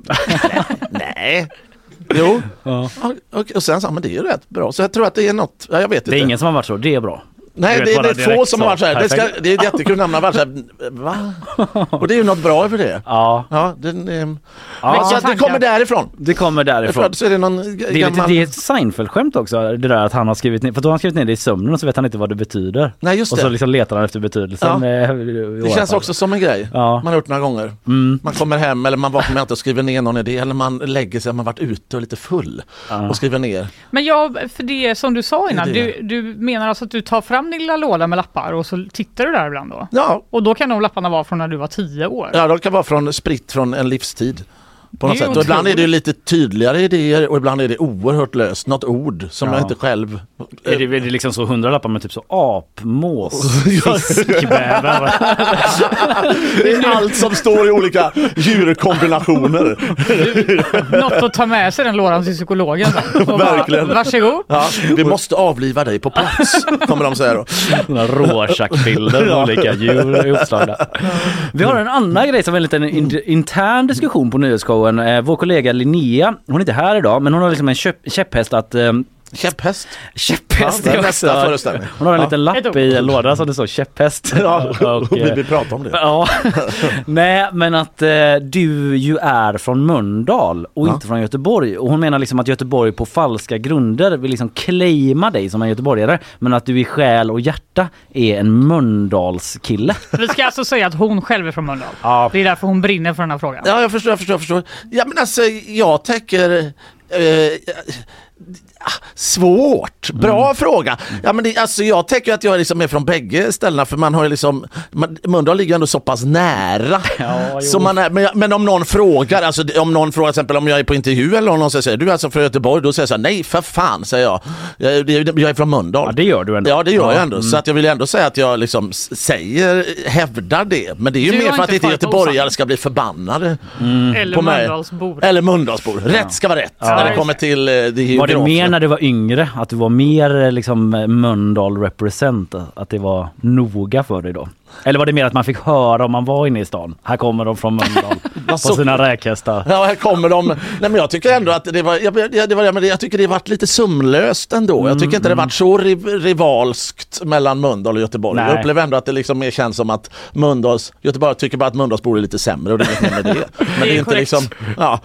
nej. Jo. Ja. Och, och sen sa men det är ju rätt bra. Så jag tror att det är något, ja, jag vet inte. Det är ingen som har varit så, det är bra. Nej, det, det är få som har varit så här. Det, ska, det är jättekul namn har varit så här. Va? Och det är ju något bra över det. Ja. Ja, den, eh, ja. Så det kommer därifrån. Det kommer därifrån. Så är det, någon det, är lite, gammal... det är ett Seinfeld-skämt också, det där att han har skrivit ner, för då har han skrivit ner det i sömnen och så vet han inte vad det betyder. Nej, just det. Och så liksom letar han efter betydelsen. Ja. Med, det känns också som en grej. Ja. Man har gjort några gånger. Mm. Man kommer hem eller man vaknar med och skriver ner någon idé eller man lägger sig, man har varit ute och lite full ja. och skriver ner. Men jag, för det som du sa innan, du, du menar alltså att du tar fram din lilla låda med lappar och så tittar du där ibland då? Ja. Och då kan de lapparna vara från när du var tio år? Ja, de kan vara från spritt från en livstid. På något sätt. Och ibland otroligt. är det lite tydligare idéer och ibland är det oerhört löst. Något ord som ja. jag inte själv... Är det, är det liksom så hundra lappar med typ så apmås, fiskbäver? Det är allt som står i olika djurkombinationer. Något att ta med sig den lådan till psykologen. Verkligen. Bara, varsågod. Ja, vi måste avliva dig på plats, kommer de säga då. Rorschach-bilder med olika djur uppslagna. Vi har en annan grej som är en liten in- intern diskussion på nyhetsshowen. Vår kollega Linnea, hon är inte här idag, men hon har liksom en köp- käpphäst att... Um, käpphäst? Käpphäst ja, är också... Hon har en ja. liten lapp i en låda som det står käpphäst. Ja, och, vi, vi pratar om det. Ja. Nej, men att eh, du ju är från Mölndal och ja. inte från Göteborg. Och hon menar liksom att Göteborg på falska grunder vill liksom claima dig som en göteborgare, men att du i själ och hjärta är en Mölndalskille. Vi ska alltså säga att hon själv är från Mölndal. Ja. Det är därför hon brinner för den här frågan. Ja, jag förstår, jag förstår, jag förstår. Ja, men alltså, jag tänker... Eh, svårt, bra mm. fråga. Ja, men det, alltså, jag tänker att jag liksom är från bägge ställena, för man har ju liksom man, Mölndal ligger ändå så pass nära. Ja, så man är, men, men om någon frågar, alltså om någon frågar till exempel om jag är på intervju eller om någon säger du är alltså från Göteborg, då säger jag så här, nej för fan, säger jag. Jag, jag, jag är från Mölndal. Ja, det gör du ändå. Ja, det gör ja, jag ändå. Mm. Så att jag vill ändå säga att jag liksom säger, hävdar det. Men det är ju du mer för att inte göteborgare osann. ska bli förbannade. Mm. Eller på mig. Mölndalsbor. Eller Mölndalsbor. Rätt ja. ska vara rätt. Ja. När det kommer till det var det mer när du var yngre, att du var mer liksom Mölndal represent, att det var noga för dig då? Eller var det mer att man fick höra om man var inne i stan? Här kommer de från Mölndal på sina räkhästar. Ja, här kommer de. Nej, men jag tycker ändå att det var jag, det var, men jag tycker det har varit lite sumlöst ändå. Mm, jag tycker inte mm. det har varit så riv, rivalskt mellan Mölndal och Göteborg. Nej. Jag upplever ändå att det liksom mer känns som att Mölndals Göteborg tycker bara att Mölndalsbor är lite sämre och det är med det. Men det är, det är inte liksom ja.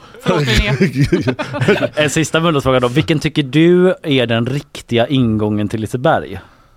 En sista Mölndalsfråga då. Vilken tycker du är den riktiga ingången till Liseberg?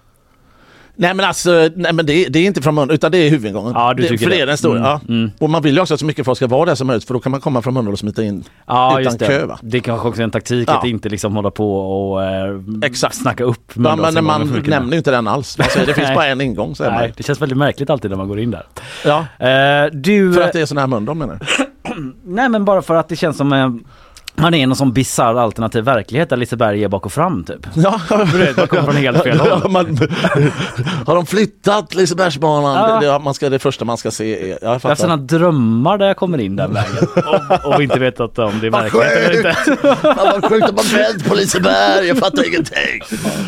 Nej men alltså, nej men det, det är inte från Mölndal utan det är huvudingången. Ja, du tycker det, för det är den stora. Mm, ja. mm. Och man vill ju också att så mycket folk ska vara där som möjligt, för då kan man komma från Mölndal och smita in ja, utan just det. kö. Va? Det kanske också är en taktik ja. att inte liksom hålla på och eh, exakt. snacka upp. Ja, men man nämner ju inte den alls. Man säger, det finns bara en ingång. Så nej, det känns väldigt märkligt alltid när man går in där. Ja. Eh, du, för att det är sån här Mölndal menar du? Nej men bara för att det känns som... Eh, man är någon sån bizarr alternativ verklighet där Liseberg är bak och fram typ. Ja, man kommer från helt fel håll. Ja, man, har de flyttat Lisebergsbanan? Ja. Det, det, man ska, det första man ska se är... Jag, jag har sådana drömmar där jag kommer in den vägen och, och inte vet att om det är verklighet eller inte. Vad sjukt att man vänt på Liseberg, jag fattar ingenting.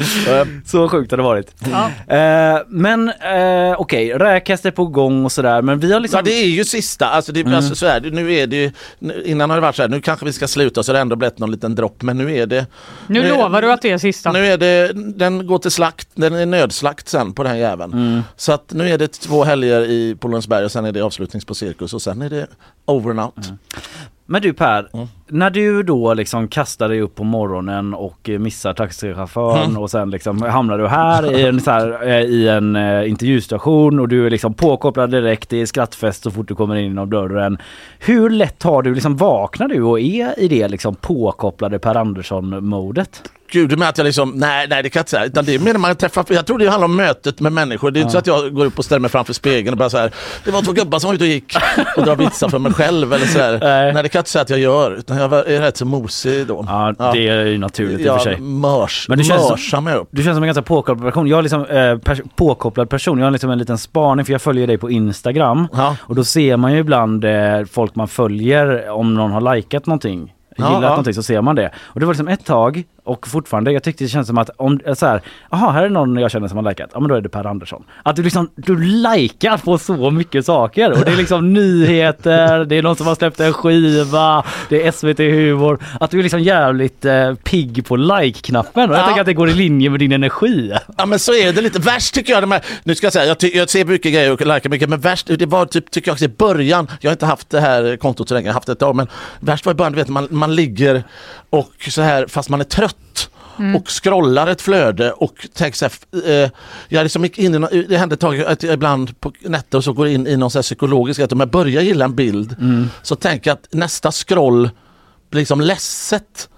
Så sjukt har det varit. Ja. Uh, men uh, okej, okay, räkhästar på gång och sådär, men vi har liksom... Ja, det är ju sista. Alltså, det, mm. alltså, så här, nu är det ju... Innan har det varit så här, nu kanske vi ska sluta så det ändå blivit någon liten dropp, men nu är det nu, nu lovar du att det är sista. Nu är det, den går till slakt, den är nödslakt sen på den här jäveln. Mm. Så att nu är det två helger i på Lundsberg och sen är det avslutnings på Cirkus och sen är det over and out. Mm. Men du Per, mm. när du då liksom kastar dig upp på morgonen och missar taxichauffören mm. och sen liksom hamnar du här i en, så här, i en uh, intervjustation och du är liksom påkopplad direkt, i skrattfest så fort du kommer in genom dörren. Hur lätt har du liksom, vaknar du och är i det liksom påkopplade Per Andersson-modet? Gud, du menar att jag liksom, nej, nej det kan jag inte säga, utan det är mer när man träffar, jag tror det handlar om mötet med människor, det är ja. inte så att jag går upp och ställer mig framför spegeln och bara så här, det var två gubbar som var ute och gick och drar vitsar för mig själv eller så här. Nej. nej, det kan jag inte säga att jag gör, utan jag är rätt så mosig då. Ja, ja. det är ju naturligt i och för sig. Mörs, men du känns, mörsar mig upp. Du känns som en ganska påkopplad person, jag är liksom eh, pers- påkopplad person, jag har liksom en liten spaning för jag följer dig på Instagram ja. och då ser man ju ibland eh, folk man följer om någon har likat någonting. Gillat ja, ja. någonting så ser man det. Och det var liksom ett tag Och fortfarande, jag tyckte det känns som att om så här, aha, här är någon jag känner som har likat. Ja, men då är det Per Andersson. Att du liksom, du likar på så mycket saker. Och det är liksom nyheter, det är någon som har släppt en skiva, det är S V T-humor. Att du är liksom jävligt eh, pigg på like-knappen. Och jag ja. tänker att det går i linje med din energi. Ja, men så är det lite. Värst tycker jag, de här, nu ska jag säga, jag, ty- jag ser mycket grejer och likar mycket, men värst, det var typ, tycker jag också i början, jag har inte haft det här kontot så länge, jag har haft det ett år, men värst var i början, du vet, man, man ligger och så här, fast man är trött. Mm. Och scrollar ett flöde och tänker så här, eh, jag liksom gick in i no- det hände ett tag att jag ibland på nätet och så går in i någon så här psykologisk, att om jag börjar gilla en bild mm. så tänker jag att nästa scroll blir liksom ledset.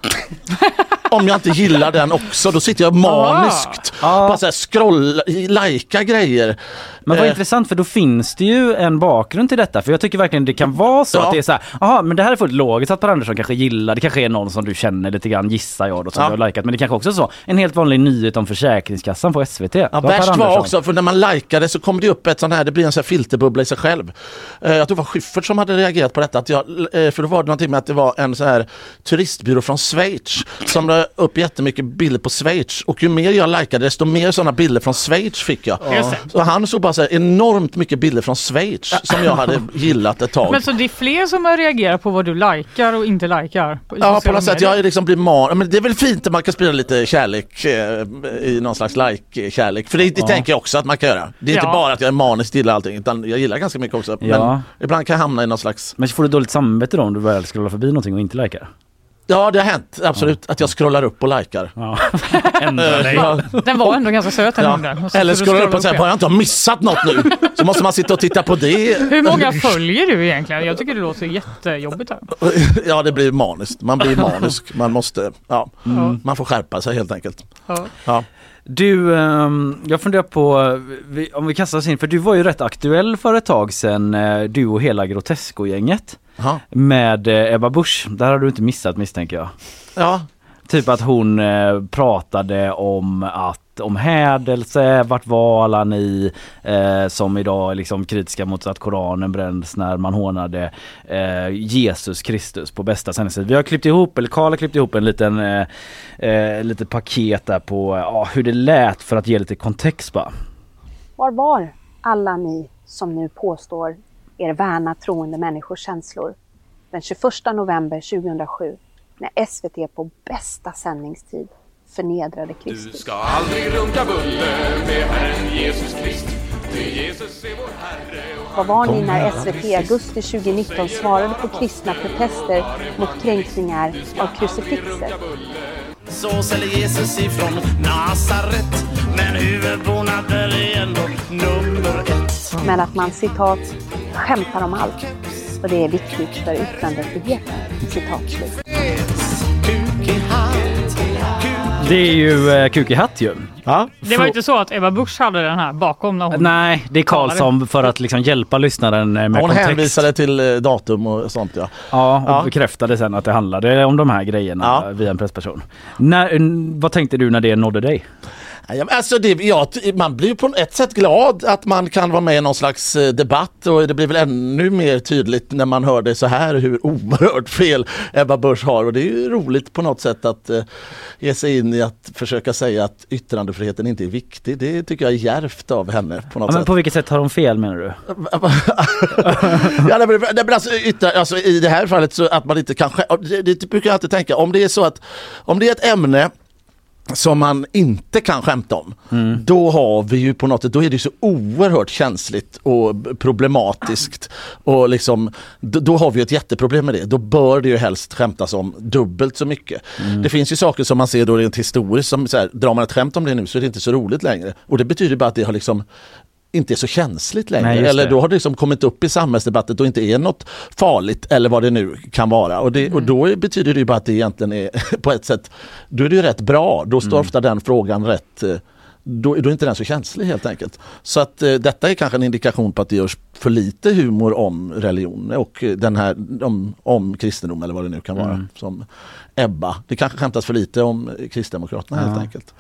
Om jag inte gillar den också, då sitter jag maniskt ah. bara så här scrolla, lajka grejer. Men vad eh. intressant, för då finns det ju en bakgrund till detta. För jag tycker verkligen det kan vara så ja. att det är så här, aha, men det här är fullt logiskt att Per Andersson kanske gillar, det kanske är någon som du känner lite grann, gissar jag då, som ja. du har likat. Men det kanske också är så, en helt vanlig nyhet om Försäkringskassan på S V T. Ja, värst var också, för när man likade så kom det upp ett sån här, det blir en sån här filterbubbla i sig själv. Eh, jag tror det var Schyffert som hade reagerat på detta, att jag, eh, för då var det någonting med att det var en så här turistbyrå från Schweiz som la upp jättemycket bilder på Schweiz, och ju mer jag likade desto mer sådana bilder från Schweiz fick jag. Ja. Så han såg bara så här enormt mycket bilder från Schweiz som jag hade gillat ett tag. Men så det är fler som har reagerat på vad du likar och inte likar? På ja, på något sätt. Jag liksom blir man. Men det är väl fint att man kan sprida lite kärlek eh, i någon slags like-kärlek. För det, det ja. tänker jag också att man kan göra. Det är ja. inte bara att jag är maniskt gillar allting, utan jag gillar ganska mycket också. Ja. Men ibland kan jag hamna i någon slags... Men får du dåligt samvete då om du börjar scrolla förbi någonting och inte likar? Ja, det har hänt, absolut, ja. att jag scrollar upp och likar. Ja. ja. Den var ändå ganska söt här ja. Eller scrollar upp och säger, bara jag inte har missat något nu. Så måste man sitta och titta på det. Hur många följer du egentligen? Jag tycker det låter jättejobbigt här. Ja, det blir maniskt. Man blir manisk. Man måste, ja, mm. man får skärpa sig helt enkelt. Ja. Ja. Du, um, jag funderar på om vi kastar oss in, för du var ju rätt aktuell för ett tag sedan, du och hela Grotesco-gänget. Aha. Med Ebba Busch. Där har du inte missat, misstänker jag. Ja. Typ att hon eh, pratade om att om hädelse, vart var alla ni eh, som idag är liksom kritiska mot att Koranen bränns när man hånade eh, Jesus Kristus på bästa sändningstid. Vi har klippt ihop, eller Karl har klippt ihop en liten eh, eh, lite paket där på eh, hur det lät för att ge lite kontext bara. Var var alla ni som nu påstår er värna troende människors känslor den tjugoförsta november tjugohundrasju när S V T på bästa sändningstid förnedrade Kristus? Du ska aldrig runka bulle med Herren Jesus Krist. Jesus är vår Herre. Vad var ni när S V T i augusti tjugonitton svarade på kristna protester mot kränkningar av krucifixer? Så säljer Jesus ifrån Nasaret, men huvudbonaden är ändå nummer ett. Men att man, citat, skämtar om allt. Och det är viktigt för yttrandefriheten, citat slut. Det är ju uh, kuk i hatt ju. Ja. Det var inte så att Ebba Busch hade den här bakom när hon... Nej, det är Karl som för att liksom hjälpa lyssnaren med hon kontext. Hänvisade till uh, datum och sånt, ja. Ja, och ja. bekräftade sen att det handlade om de här grejerna ja. via en pressperson. När, vad tänkte du när det nådde dig? Alltså det, ja, man blir på ett sätt glad att man kan vara med i någon slags debatt, och det blir väl ännu mer tydligt när man hör det så här hur oerhört fel Ebba Busch har, och det är ju roligt på något sätt att uh, ge sig in i att försöka säga att yttrandefriheten inte är viktig. Det tycker jag är djärvt av henne på något ja, sätt. Men på vilket sätt har hon fel, menar du? ja, det blir, det blir alltså, yttra, alltså i det här fallet så att man inte kan, det, det brukar jag alltid tänka, om det är så att om det är ett ämne som man inte kan skämta om, mm. då har vi ju på något sätt, då är det så oerhört känsligt och problematiskt, och liksom, då, då har vi ett jätteproblem med det. Då bör det ju helst skämtas om dubbelt så mycket. Mm. Det finns ju saker som man ser då rent historiskt, som så här, drar man ett skämt om det nu så är det inte så roligt längre, och det betyder bara att det har liksom inte är så känsligt längre. Nej, eller då har det liksom kommit upp i samhällsdebatten och inte är något farligt eller vad det nu kan vara. Och, det, mm. och då betyder det ju bara att det egentligen är på ett sätt, då är det ju rätt bra. Då står mm. ofta den frågan rätt, då, då är inte den så känslig helt enkelt. Så att eh, detta är kanske en indikation på att det görs för lite humor om religion och den här om, om kristendom eller vad det nu kan vara, mm. som Ebba. Det kanske skämtas för lite om Kristdemokraterna ja. helt enkelt.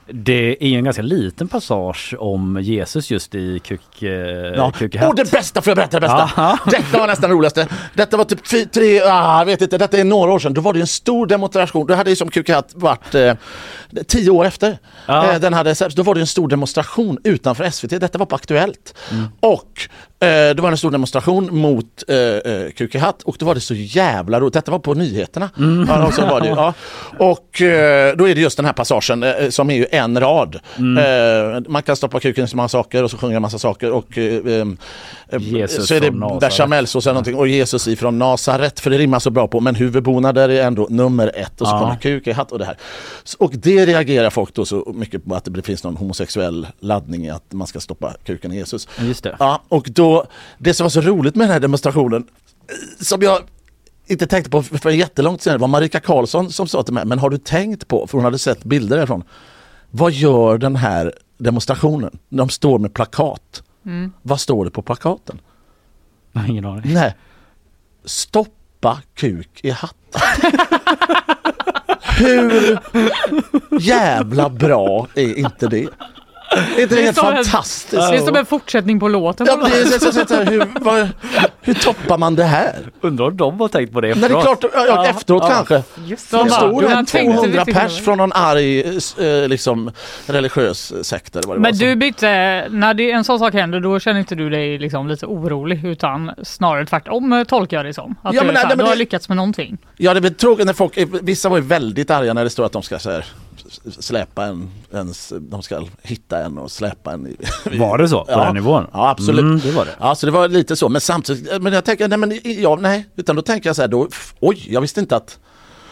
Det är ju en ganska liten passage om Jesus just i kuk, eh, Ja. Kukehatt. Och det bästa, för jag berätta det bästa. Aha. Detta var nästan det roligaste. Detta var typ fy, tre, ah, jag vet inte, detta är några år sedan. Då var det en stor demonstration. Det hade ju som Kukehatt varit eh, tio år efter. Ja. Eh, den hade, då var det en stor demonstration utanför S V T. Detta var på Aktuellt. Mm. Och eh, det var en stor demonstration mot eh, eh, Kukehatt. Och då var det så jävla roligt. Detta var på nyheterna. Mm. Ja, så var det, ja. Och eh, då är det just den här passagen eh, som är ju en rad. Mm. Eh, man kan stoppa kuken i så många saker och så sjunger en massa saker och eh, Jesus så är det från bechamelsås eller någonting och Jesus ifrån Nasaret, för det rimmar så bra på, men huvudbona där är ändå nummer ett och så Ja. kommer Kukehatt och det här. Och det reagerar folk då så mycket på att det finns någon homosexuell laddning i att man ska stoppa kuken i Jesus. Just det. Ja, och då, det som var så roligt med den här demonstrationen som jag inte tänkte på för en jättelångt sedan var Marika Karlsson som sa till mig, men har du tänkt på, för hon hade sett bilder därifrån, vad gör den här demonstrationen? De står med plakat. Mm. Vad står det på plakaten? Ingen aning. Nej. Stoppa kuk i hatt. Hur jävla bra är inte det? Är inte det helt fantastiskt? Det är som en fortsättning på låten. Ja, precis, så, så, så, hur, vad, hur toppar man det här? Undrar om de har tänkt på det efteråt. Nej, det är klart, ja, ja, efteråt ja. kanske. Just det stod ja, en tvåhundra pers från någon arg eh, liksom, religiös sekt. Eller vad det Men var du bytte, när det, en sån sak händer, då känner inte du dig liksom lite orolig, utan snarare tvärtom tolkar jag det som. Att ja, du, men, såhär, nej, men du har det, lyckats med någonting. Ja, det är väl tråkigt när folk, vissa var ju väldigt arga när det står att de ska så här, släpa en, ens, de ska hitta en och släpa en. I, var det så? På ja, den nivån? Ja, absolut. Mm, det var det. Ja, så det var lite så. Men samtidigt, men jag tänker, nej men ja, nej. Utan då tänker jag så här, då, oj, jag visste inte att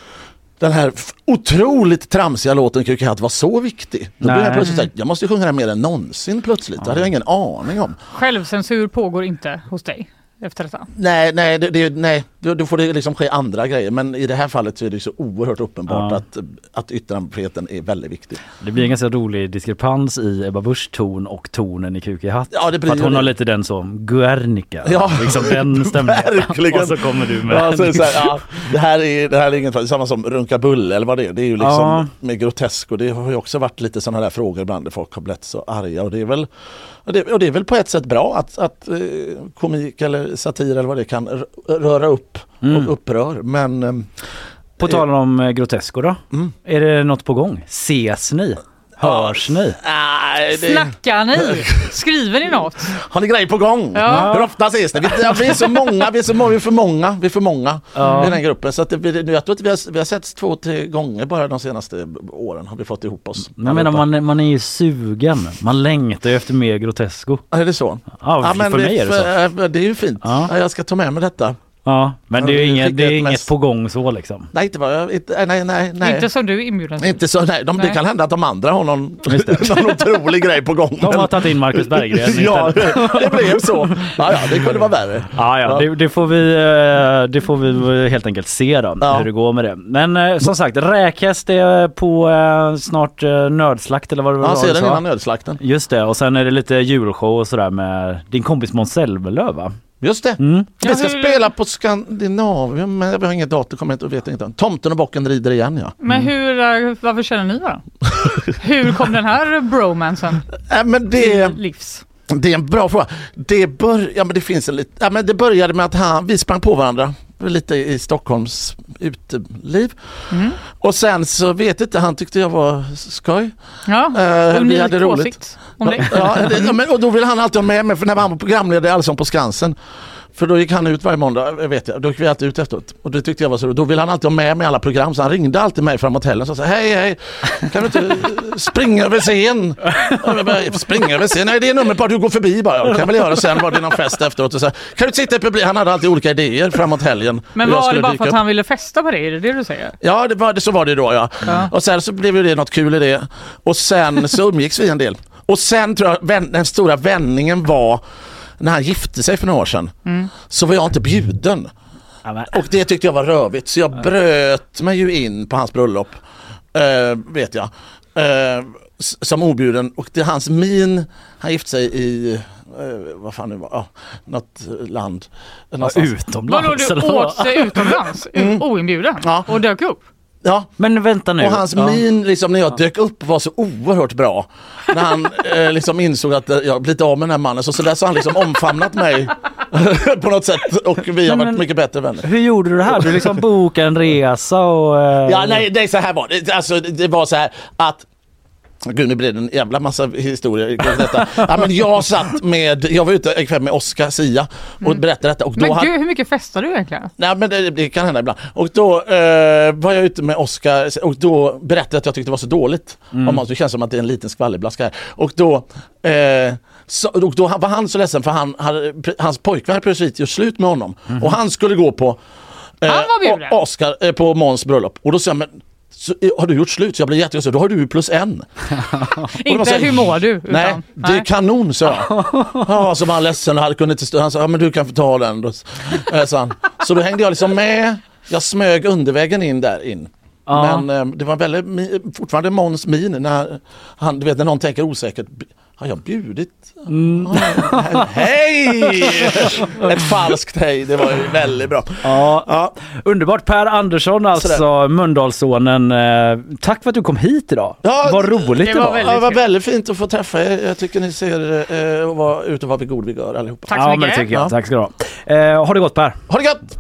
den här otroligt tramsiga låten Kukehatt var så viktig. Då blev jag plötsligt så här, jag måste sjunga den mer än någonsin plötsligt. Ja. Det hade jag ingen aning om. Självcensur pågår inte hos dig efter detta? Nej, nej, det, det, nej. Då, då får det liksom ske andra grejer. Men i det här fallet så är det så oerhört uppenbart ja. att, att yttrandefriheten är väldigt viktig. Det blir en ganska rolig diskrepans i Ebba Buschs ton och tonen i Kukehatt. Ja, det blir för att hon det. har lite den som Guernica. Ja, liksom den stämningen. Verkligen. Och så kommer du med. Ja, så är det, så här, ja, det här är det här är inget samma som Runka Bulle eller vad det är. Det är ju liksom ja. med grotesk, och det har ju också varit lite sådana där frågor ibland där folk har blivit så arga, och det är väl och det, och det är väl på ett sätt bra att, att eh, komik eller satir eller vad det kan r- röra upp mm. och upprör, men eh, på tal om eh, Grotesco då, mm. är det något på gång? Ses ni? Hörs ni? Nej, det... Snackar ni? Skriver ni något? Har ni grejer på gång? Ja. Hur ofta ses ni? Vi, ja, vi är så många, vi är så många, vi är för många, vi är för många ja. i den gruppen. Så att det, jag tror att vi har, vi har setts två, tre gånger bara de senaste åren har vi fått ihop oss. Jag menar, man, man är ju sugen. Man längtar ju efter mer Grotesco. Ja, är det så? Ja, ja men för det, mig är det så. Det är ju fint. Ja. Ja, jag ska ta med mig detta. Ja, men det är ju ja, inget, det är inget mest... på gång så liksom. Nej, inte vad jag, inte, nej, nej, nej. Inte som du är inbjuden. Inte så, nej. De, nej. Det kan hända att de andra har någon, någon otrolig grej på gång. De har tagit in Marcus Berggren. Ja, det, det blev så. Ja, ja, det kunde vara värre. Ja, ja, det, det, får vi, det får vi helt enkelt se då, ja. hur det går med det. Men som sagt, räkhäst är på eh, snart eh, nödslakt eller vad det var. Ja, ser den innan nödslakten. Just det, och sen är det lite julshow och sådär med din kompis Måns Zelmerlöw, va? Just det. Mm. Vi ska ja, spela på Skandinavien, men jag har inget datum, kommer inte och vet inte. Tomten och bocken rider igen, ja. Men hur, varför känner ni då? Hur kom den här bromansen äh, men det, till livs? Det är en bra fråga. Det, bör, ja, men det, finns en lit, ja, men det började med att han, vi sprang på varandra lite i Stockholms uteliv. Mm. Och sen så vet inte, han tyckte jag var skoj. Ja, uh, vi hade roligt. Om det. Ja, det, ja, men, och då ville han alltid ha med mig, för när han var programledare i Allsång på Skansen. För då gick han ut varje måndag, vet jag. Då gick vi alltid ut efteråt. Och det tyckte jag var så roligt. Då ville han alltid ha med mig i alla program. Så han ringde alltid mig framåt hällen och sa hej, hej, kan du inte springa över scen? Springa över scen? Nej, det är nummer på att du går förbi bara. Jag kan väl göra sen, var det någon fest efteråt. Och så, kan du inte sitta i publik? Han hade alltid olika idéer framåt helgen. Men var det bara för att han ville festa på det? Är det det du säger? Ja, det var, det, så var det då, ja. ja. Och sen så blev det något kul i det. Och sen så umgicks vi en del. Och sen tror jag den stora vändningen var när han gifte sig för några år sedan, mm. så var jag inte bjuden. Amen. Och det tyckte jag var rövigt. Så jag bröt mig ju in på hans bröllop. Uh, vet jag. Uh, som objuden. Och det är hans min. Han gifte sig i... Uh, vad fan det var? Uh, något land. Ja, utomlands. Vadå, du åt sig utomlands? Mm. Oinbjuden? Ja. Och dök upp? Ja. Men vänta nu. Och hans ja. min liksom, när jag dök upp var så oerhört bra. När han eh, liksom insåg att jag blivit av med den här mannen. Så, så där så har han liksom omfamnat mig på något sätt. Och vi har men, varit mycket bättre vänner. Hur gjorde du det här? Du liksom bokade en resa och... Eh... Ja, nej, det är så här var det. Alltså, det var så här att... Gud, nu blir det en jävla massa historia. Detta. Ja, men jag satt med, jag var ute ikväll med Oscar Sia och mm. berättade detta. Och då men hade, gud, hur mycket festar du egentligen? Nej, men det, det kan hända ibland. Och då eh, var jag ute med Oscar och då berättade jag att jag tyckte det var så dåligt. Mm. Om man, det känns som att det är en liten skvallerblaska här. Och då, eh, så, och då var han så ledsen för han hade, hans pojkvän hade precis gjort slut med honom. Mm. Och han skulle gå på eh, han var bjuden. Oscar eh, på Måns bröllop. Och då sa jag, men så har du gjort slut? Så jag blev jätteglad. Då har du plus en. Inte så, hur mår du? Utan, nej, det är kanon, så jag. Ja, så var han ledsen och hade kunnat inte stå. Han sa, ja men du kan få ta den. Då, så, han. Så då hängde jag liksom med. Jag smög undervägen in där in. Ja. Men eh, det var väldigt, fortfarande Måns min när han, du vet när någon tänker osäkert. Har jag bjudit? Mm. Oh, hej! Ett falskt hej, det var ju väldigt bra. Ja, ja. Underbart. Per Andersson, alltså Mölndalssonen. Tack för att du kom hit idag. Ja, vad roligt det, det var. var. Väldigt, ja, det var väldigt fint att få träffa er. Jag tycker ni ser eh, var ut och var vid god vigör allihopa. Tack så mycket. Ja, men det tycker jag. Ja. Tack ska du ha. Eh, ha det gott, Per. Ha det gott!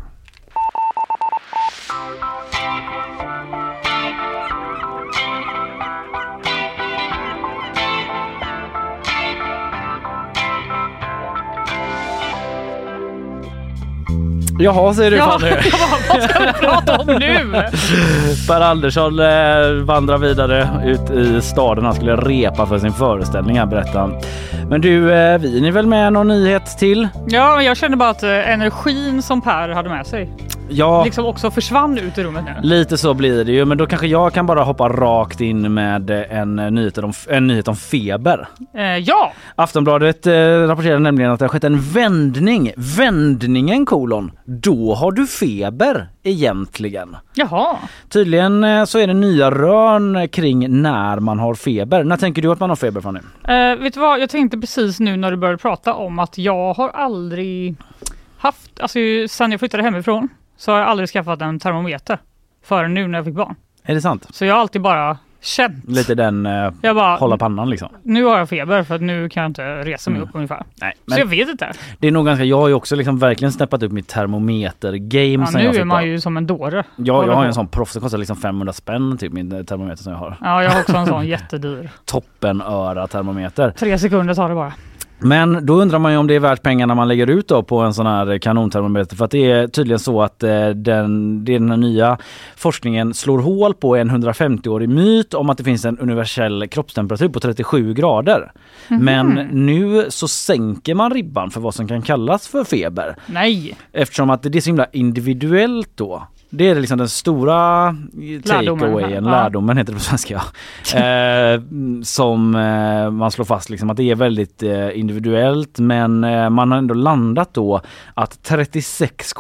Jaha, säger du ja, fan nu. Vad ska vi prata om nu? Per Andersson eh, vandrar vidare ut i staden. Han skulle repa för sin föreställning här, berättar han. Men du, eh, vi är väl med någon nyhet till? Ja, men jag kände bara att eh, energin som Per hade med sig ja. liksom också försvann ut i rummet nu. Lite så blir det ju, men då kanske jag kan bara hoppa rakt in med en nyhet om, en nyhet om feber. Eh, ja! Aftonbladet eh, rapporterar nämligen att det har skett en vändning. Vändningen, kolon. Då har du feber egentligen. Jaha. Tydligen eh, så är det nya rön kring när man har feber. När tänker du att man har feber från nu? Eh, vet du vad, jag tänkte precis nu när du började prata om att jag har aldrig haft, alltså sen jag flyttade hemifrån så har jag aldrig skaffat en termometer förrän nu när jag fick barn. Är det sant? Så jag har alltid bara känt. Lite den eh, jag bara, hålla pannan liksom. Nu har jag feber för att nu kan jag inte resa mig mm. upp ungefär. Nej, så jag vet inte. Det är nog ganska, jag har ju också liksom verkligen snappat upp mitt termometer-game. Ja, nu är man ju som en dåre. Ja, jag har en sån proffs, det kostar liksom femhundra spänn typ min termometer som jag har. Ja, jag har också en sån jättedyr. Toppenöra termometer. Tre sekunder tar det bara. Men då undrar man ju om det är värt pengarna man lägger ut då på en sån här kanontermometer, för att det är tydligen så att eh, den, den här nya forskningen slår hål på en hundrafemtio-årig myt om att det finns en universell kroppstemperatur på trettiosju grader. Mm-hmm. Men nu så sänker man ribban för vad som kan kallas för feber. Nej! Eftersom att det är så himla individuellt då. Det är liksom den stora takeawayen, lärdomen heter det på svenska, eh, som eh, man slår fast liksom, att det är väldigt eh, individuellt, men eh, man har ändå landat då att trettiosex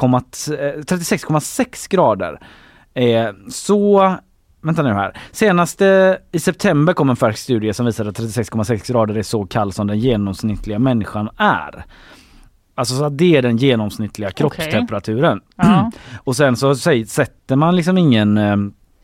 komma sex grader är så... Vänta nu här. Senast eh, i september kom en färsk studie som visade att trettiosex komma sex grader är så kall som den genomsnittliga människan är. Alltså så att det är den genomsnittliga kroppstemperaturen. Okay. Uh-huh. Och sen så sätter man liksom ingen eh,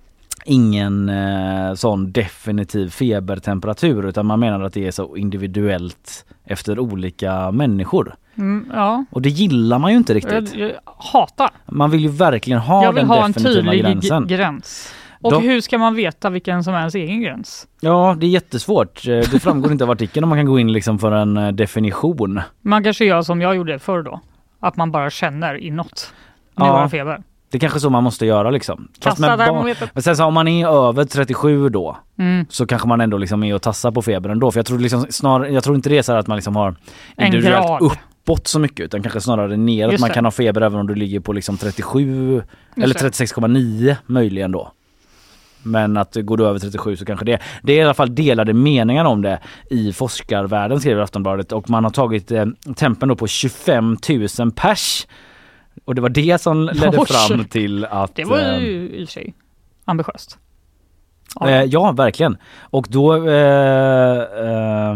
ingen eh, sån definitiv febertemperatur, utan man menar att det är så individuellt efter olika människor. Mm, ja. Och det gillar man ju inte riktigt. Jag, jag hatar. Man vill ju verkligen ha jag vill den ha definitiva en gränsen. G- gräns. Och De... hur ska man veta vilken som är ens egen gräns? Ja, det är jättesvårt. Det framgår inte av artikeln om man kan gå in liksom för en definition. Man kanske gör som jag gjorde förr då. Att man bara känner inåt. Nu ja. har jag feber. Det är kanske så man måste göra liksom. Kasta där man vet. Men sen så om man är över trettiosju då mm. så kanske man ändå liksom är och tassar på febern då. För jag tror liksom snarare, jag tror inte det är så här att man liksom har individuellt uppåt så mycket, utan kanske snarare ner att man kan ha feber även om du ligger på liksom trettiosju Just eller trettiosex komma nio möjligen då. Men att går du över trettiosju så kanske det. Det är i alla fall delade meningar om det i forskarvärlden, skriver Aftonbladet. Och man har tagit eh, tempen då på tjugofem tusen pers. Och det var det som ledde Osh. fram till att... Det var ju i och för sig ambitiöst. Ja. Eh, ja, verkligen. Och då... Eh, eh,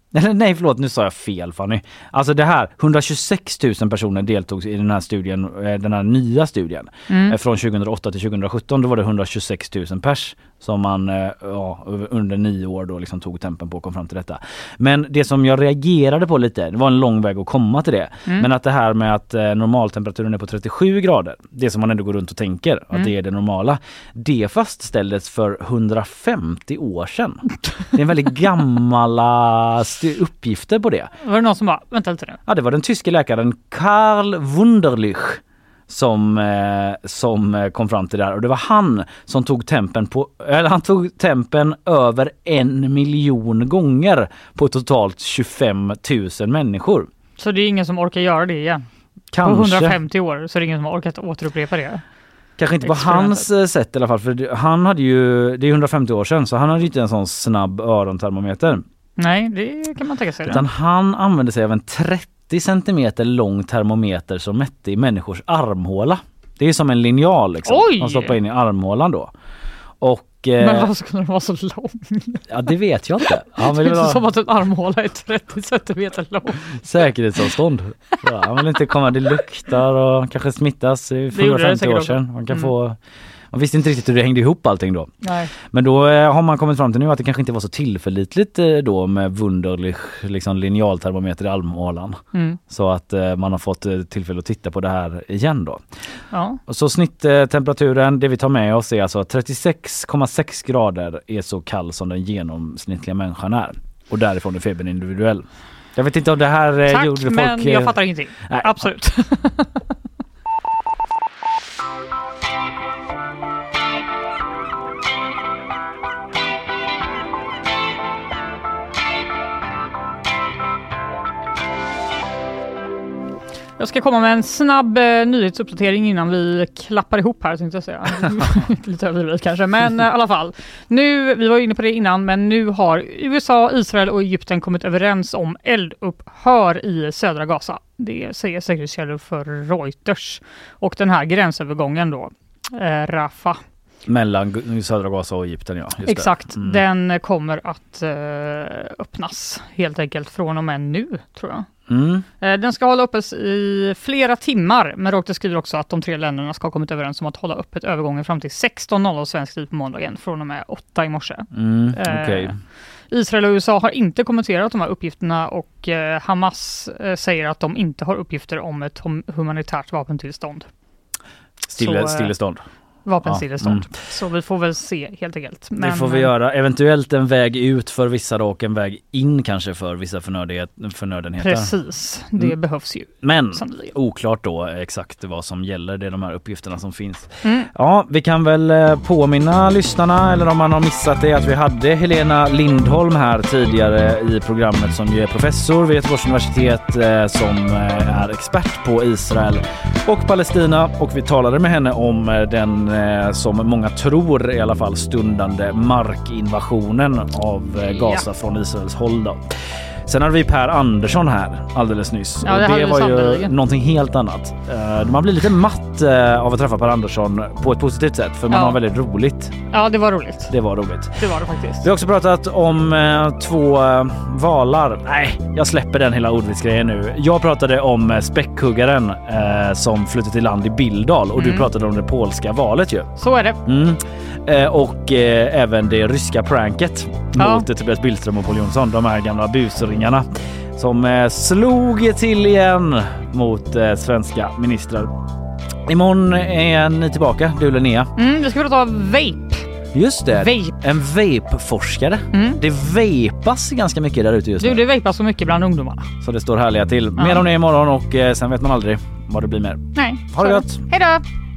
Eller nej, förlåt, nu sa jag fel, Fanny. Alltså det här, hundratjugosex tusen personer deltog i den här studien, den här nya studien. Mm. Från tjugohundraåtta till tjugohundrasjutton, då var det hundratjugosex tusen pers som man ja, under nio år då liksom tog tempen på och kom fram till detta. Men det som jag reagerade på lite, det var en lång väg att komma till det. Mm. Men att det här med att normaltemperaturen är på trettiosju grader, det som man ändå går runt och tänker, mm. att det är det normala, det fastställdes för hundrafemtio år sedan. Det är en väldigt gamla uppgifter på det. Var det någon som bara, vänta lite nu. Ja, det var den tyske läkaren Karl Wunderlich som, eh, som kom fram till det här. Och det var han som tog tempen på, eller han tog tempen över en miljon gånger på totalt tjugofem tusen människor. Så det är ingen som orkar göra det igen? Kanske. På hundrafemtio år så är det ingen som har orkat återupprepa det? Kanske inte på hans sätt i alla fall, för han hade ju, det är hundrafemtio år sedan, så han hade ju inte en sån snabb örontermometer. Nej, det kan man tänka sig. Utan det. Han använde sig av en trettio centimeter lång termometer som mätte i människors armhåla. Det är som en linjal liksom. Oj! Man stoppar in i armhålan då. Och, men varför skulle den vara så lång? Ja, det vet jag inte. Ja, det är inte ha... som att en armhåla är trettio centimeter lång. Säkerhetsavstånd. Ja, han vill inte komma, det luktar och kanske smittas för hundrafemtio år sedan. Man kan mm. få... Man visste inte riktigt hur det hängde ihop allting då. Nej. Men då eh, har man kommit fram till nu att det kanske inte var så tillförlitligt eh, då med Wunderlich liksom linjaltermometer i armhålan. Mm. Så att eh, man har fått eh, tillfälle att titta på det här igen då. Ja. Och så snitttemperaturen, det vi tar med oss är alltså trettiosex komma sex grader är så kall som den genomsnittliga människan är. Och därifrån är febern individuell. Jag vet inte om det här eh, Tack, gjorde folk... men jag fattar ingenting. Nej. Absolut. Jag ska komma med en snabb eh, nyhetsuppdatering innan vi klappar ihop här, tänkte jag säga. Lite överdrivet kanske, men eh, i alla fall. Nu, vi var inne på det innan, men nu har U S A, Israel och Egypten kommit överens om eldupphör i södra Gaza. Det säger säkerhetskällor för Reuters. Och den här gränsövergången då, eh, Rafah. Mellan södra Gaza och Egypten, ja. Just Exakt, mm. den kommer att eh, öppnas helt enkelt från och med nu, tror jag. Mm. Den ska hålla öppet i flera timmar, men Reuters skriver också att de tre länderna ska ha kommit överens om att hålla öppet övergången fram till sexton noll noll svensk tid på måndagen från och med åtta i morse. Mm, okay. eh, Israel och U S A har inte kommenterat de här uppgifterna och eh, Hamas eh, säger att de inte har uppgifter om ett humanitärt vapentillstånd. Stille, Så, stillestånd. Vapenstillestånd. Ja, mm. Så vi får väl se helt enkelt. Men, det får vi göra. Eventuellt en väg ut för vissa då och en väg in kanske för vissa förnödenheter. Precis, det mm. behövs ju. Men oklart då exakt vad som gäller. Det är de här uppgifterna som finns. Mm. Ja, vi kan väl påminna lyssnarna, eller om man har missat det, att vi hade Helena Lindholm här tidigare i programmet, som ju är professor vid Göteborgs universitet eh, som är expert på Israel och Palestina, och vi talade med henne om den som många tror i alla fall stundande markinvasionen av Gaza ja. från Israels håll då. Sen hade vi Per Andersson här alldeles nyss. Ja, det och det var ju ju någonting helt annat. Uh, man blir lite matt uh, av att träffa Per Andersson på ett positivt sätt, för man ja. har väldigt roligt. Ja, det var roligt. Det var roligt. Det var det faktiskt. Vi har också pratat om uh, två uh, valar. Nej, jag släpper den hela ordvitsgrejen nu. Jag pratade om uh, späckhuggaren uh, som flyttade till land i Bildal, och mm. du pratade om det polska valet ju. Så är det. Mm. Uh, och uh, även det ryska pranket ja. mot uh, Tobias Billström och Paul Jonsson, de här gamla busringarna som eh, slog till igen mot eh, svenska ministrar. Imorgon är ni tillbaka, du Linnea. Mm, vi ska prata om vape. Just det, vape. En vape-forskare. Mm. Det vapas ganska mycket där ute just nu. Du, det vapas så mycket bland ungdomarna. Så det står härliga till. Ja. Mer om det imorgon, och eh, sen vet man aldrig vad det blir mer. Nej. Ha det gott. Hej då!